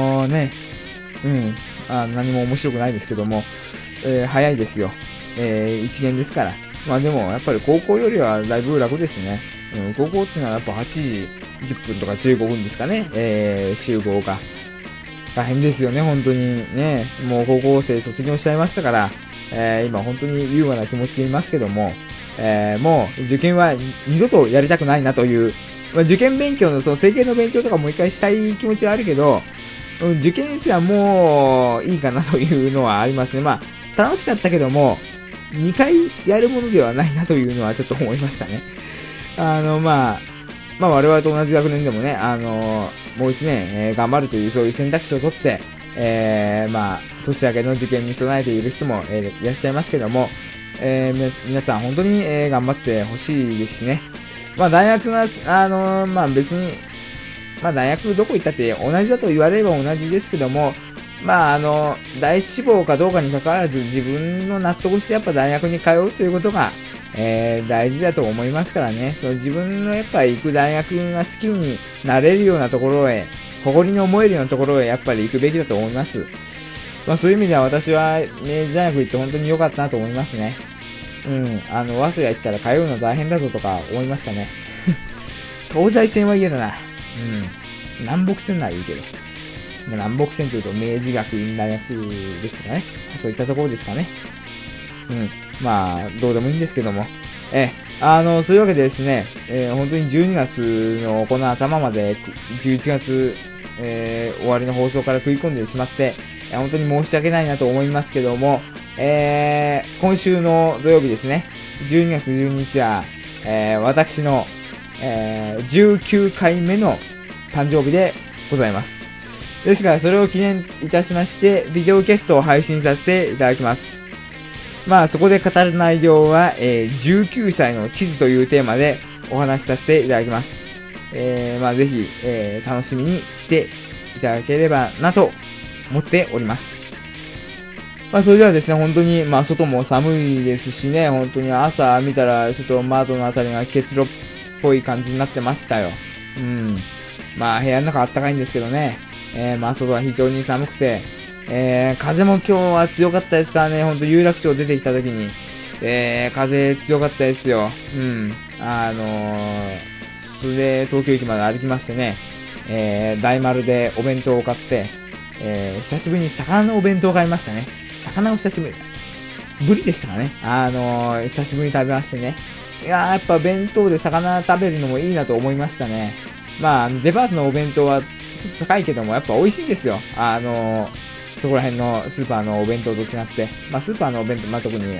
も面白くないですけども、早いですよ。一元ですから。まあでも、やっぱり高校よりはだいぶ楽ですね。高校っていうのはやっぱ8時10分とか15分ですかね。集合が。大変ですよね、本当に。ね、もう高校生卒業しちゃいましたから、今本当に優雅な気持ちでいますけども、もう受験は二度とやりたくないなという、まあ、受験勉強の、その整形の勉強とかもう一回したい気持ちはあるけど、受験ですらもういいかなというのはありますね。まあ、楽しかったけども、2回やるものではないなというのはちょっと思いましたね。まあ我々と同じ学年でもね、もう1年、頑張るというそういう選択肢を取って、まあ、年明けの受験に備えている人も、いらっしゃいますけども、皆さん本当に、頑張ってほしいですしね。まあ大学が、まあ別に、まあ大学どこ行ったって同じだと言われれば同じですけども、まあ第一志望かどうかに関わらず自分の納得してやっぱ大学に通うということが、大事だと思いますからね。自分のやっぱり行く大学が好きになれるようなところへ、誇りに思えるようなところへやっぱり行くべきだと思います。まあそういう意味では私は明治大学行って本当に良かったなと思いますね。早稲田行ったら通うの大変だぞとか思いましたね。東西線は嫌だな。南北線ならいいけど。南北線というと明治学院大学ですかね。そういったところですかね。まあ、どうでもいいんですけども。そういうわけでですね、本当に12月のこの頭まで、11月、終わりの放送から食い込んでしまって、本当に申し訳ないなと思いますけども、今週の土曜日ですね、12月12日は、私の、19回目の誕生日でございます。ですから、それを記念いたしまして、ビデオキャストを配信させていただきます。まあ、そこで語る内容は、19歳の地図というテーマでお話しさせていただきます。まあ、ぜひ、楽しみにしていただければなと思っております。まあ、それではですね、本当に、まあ、外も寒いですしね、本当に朝見たら、ちょっと窓のあたりが結露っぽい感じになってましたよ。まあ、部屋の中あったかいんですけどね、まあ、外は非常に寒くて、風も今日は強かったですからね、ほんと有楽町出てきた時に、風強かったですよ。それで東京駅まで歩きましてね、大丸でお弁当を買って、久しぶりに魚のお弁当を買いましたね。魚を久しぶり、ブリでしたかね。久しぶりに食べましてね。いやー、やっぱ弁当で魚食べるのもいいなと思いましたね。まあ、デパートのお弁当はちょっと高いけども、やっぱ美味しいんですよ。そこら辺のスーパーのお弁当と違って、まあ、スーパーのお弁当、まあ、特に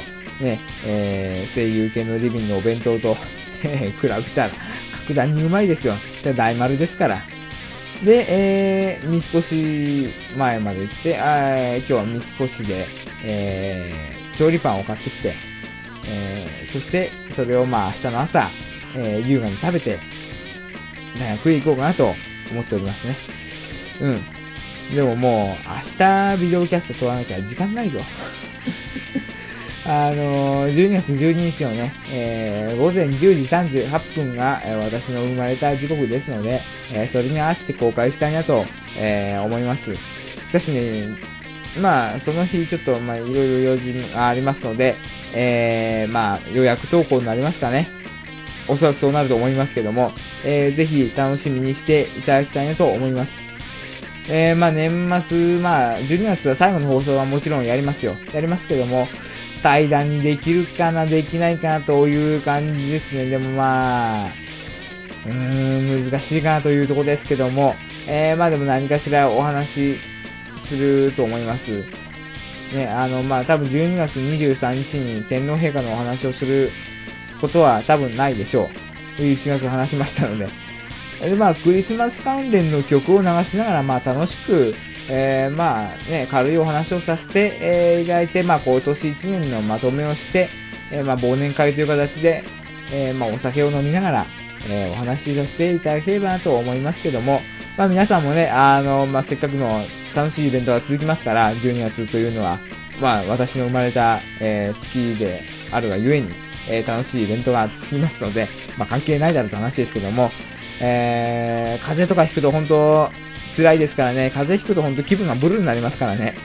声優系のリビングのお弁当と比べたら格段にうまいですよ。それ大丸ですから。で、三越前まで行って、今日は三越で、調理パンを買ってきて、そしてそれをまあ明日の朝、優雅に食べて大学へ行こうかなと思っておりますね。でももう明日ビデオキャスト撮らなきゃ時間ないぞ。12月12日のね、午前10時38分が、私の生まれた時刻ですので、それに合わせて公開したいなと、思います。しかしね、まあその日ちょっとまあいろいろ用事がありますので、まあ予約投稿になりますかね。おそらくそうなると思いますけども、ぜひ楽しみにしていただきたいなと思います。まあ年末、まあ12月は最後の放送はもちろんやりますよ。やりますけども、対談にできるかな、できないかなという感じですね。でもまあ、難しいかなというところですけども、まあでも何かしらお話しすると思います。ね、まあ多分12月23日に天皇陛下のお話をすることは多分ないでしょう。11月話しましたので。 で、クリスマス関連の曲を流しながら、楽しく、軽いお話をさせて、いただいて、今年1年のまとめをして、忘年会という形で、お酒を飲みながら、お話しさせていただければなと思いますけども、皆さんもね、せっかくの楽しいイベントが続きますから、12月というのは、私の生まれた、月であるがゆえに、楽しいイベントが続きますので、関係ないだろうと話ですけども、風邪とかひくと本当辛いですからね、風邪ひくと本当気分がブルーになりますからね、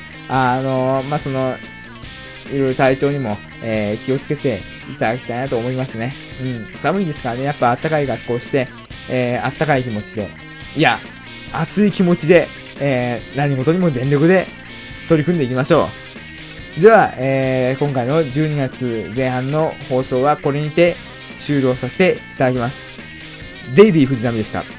いろいろ体調にも、気をつけていただきたいなと思いますね。寒いですからね、やっぱ暖かい格好をして、暖かい気持ちで、いや、熱い気持ちで、何事にも全力で取り組んでいきましょう。では、今回の12月前半の放送はこれにて終了させていただきます。デイビー藤波でした。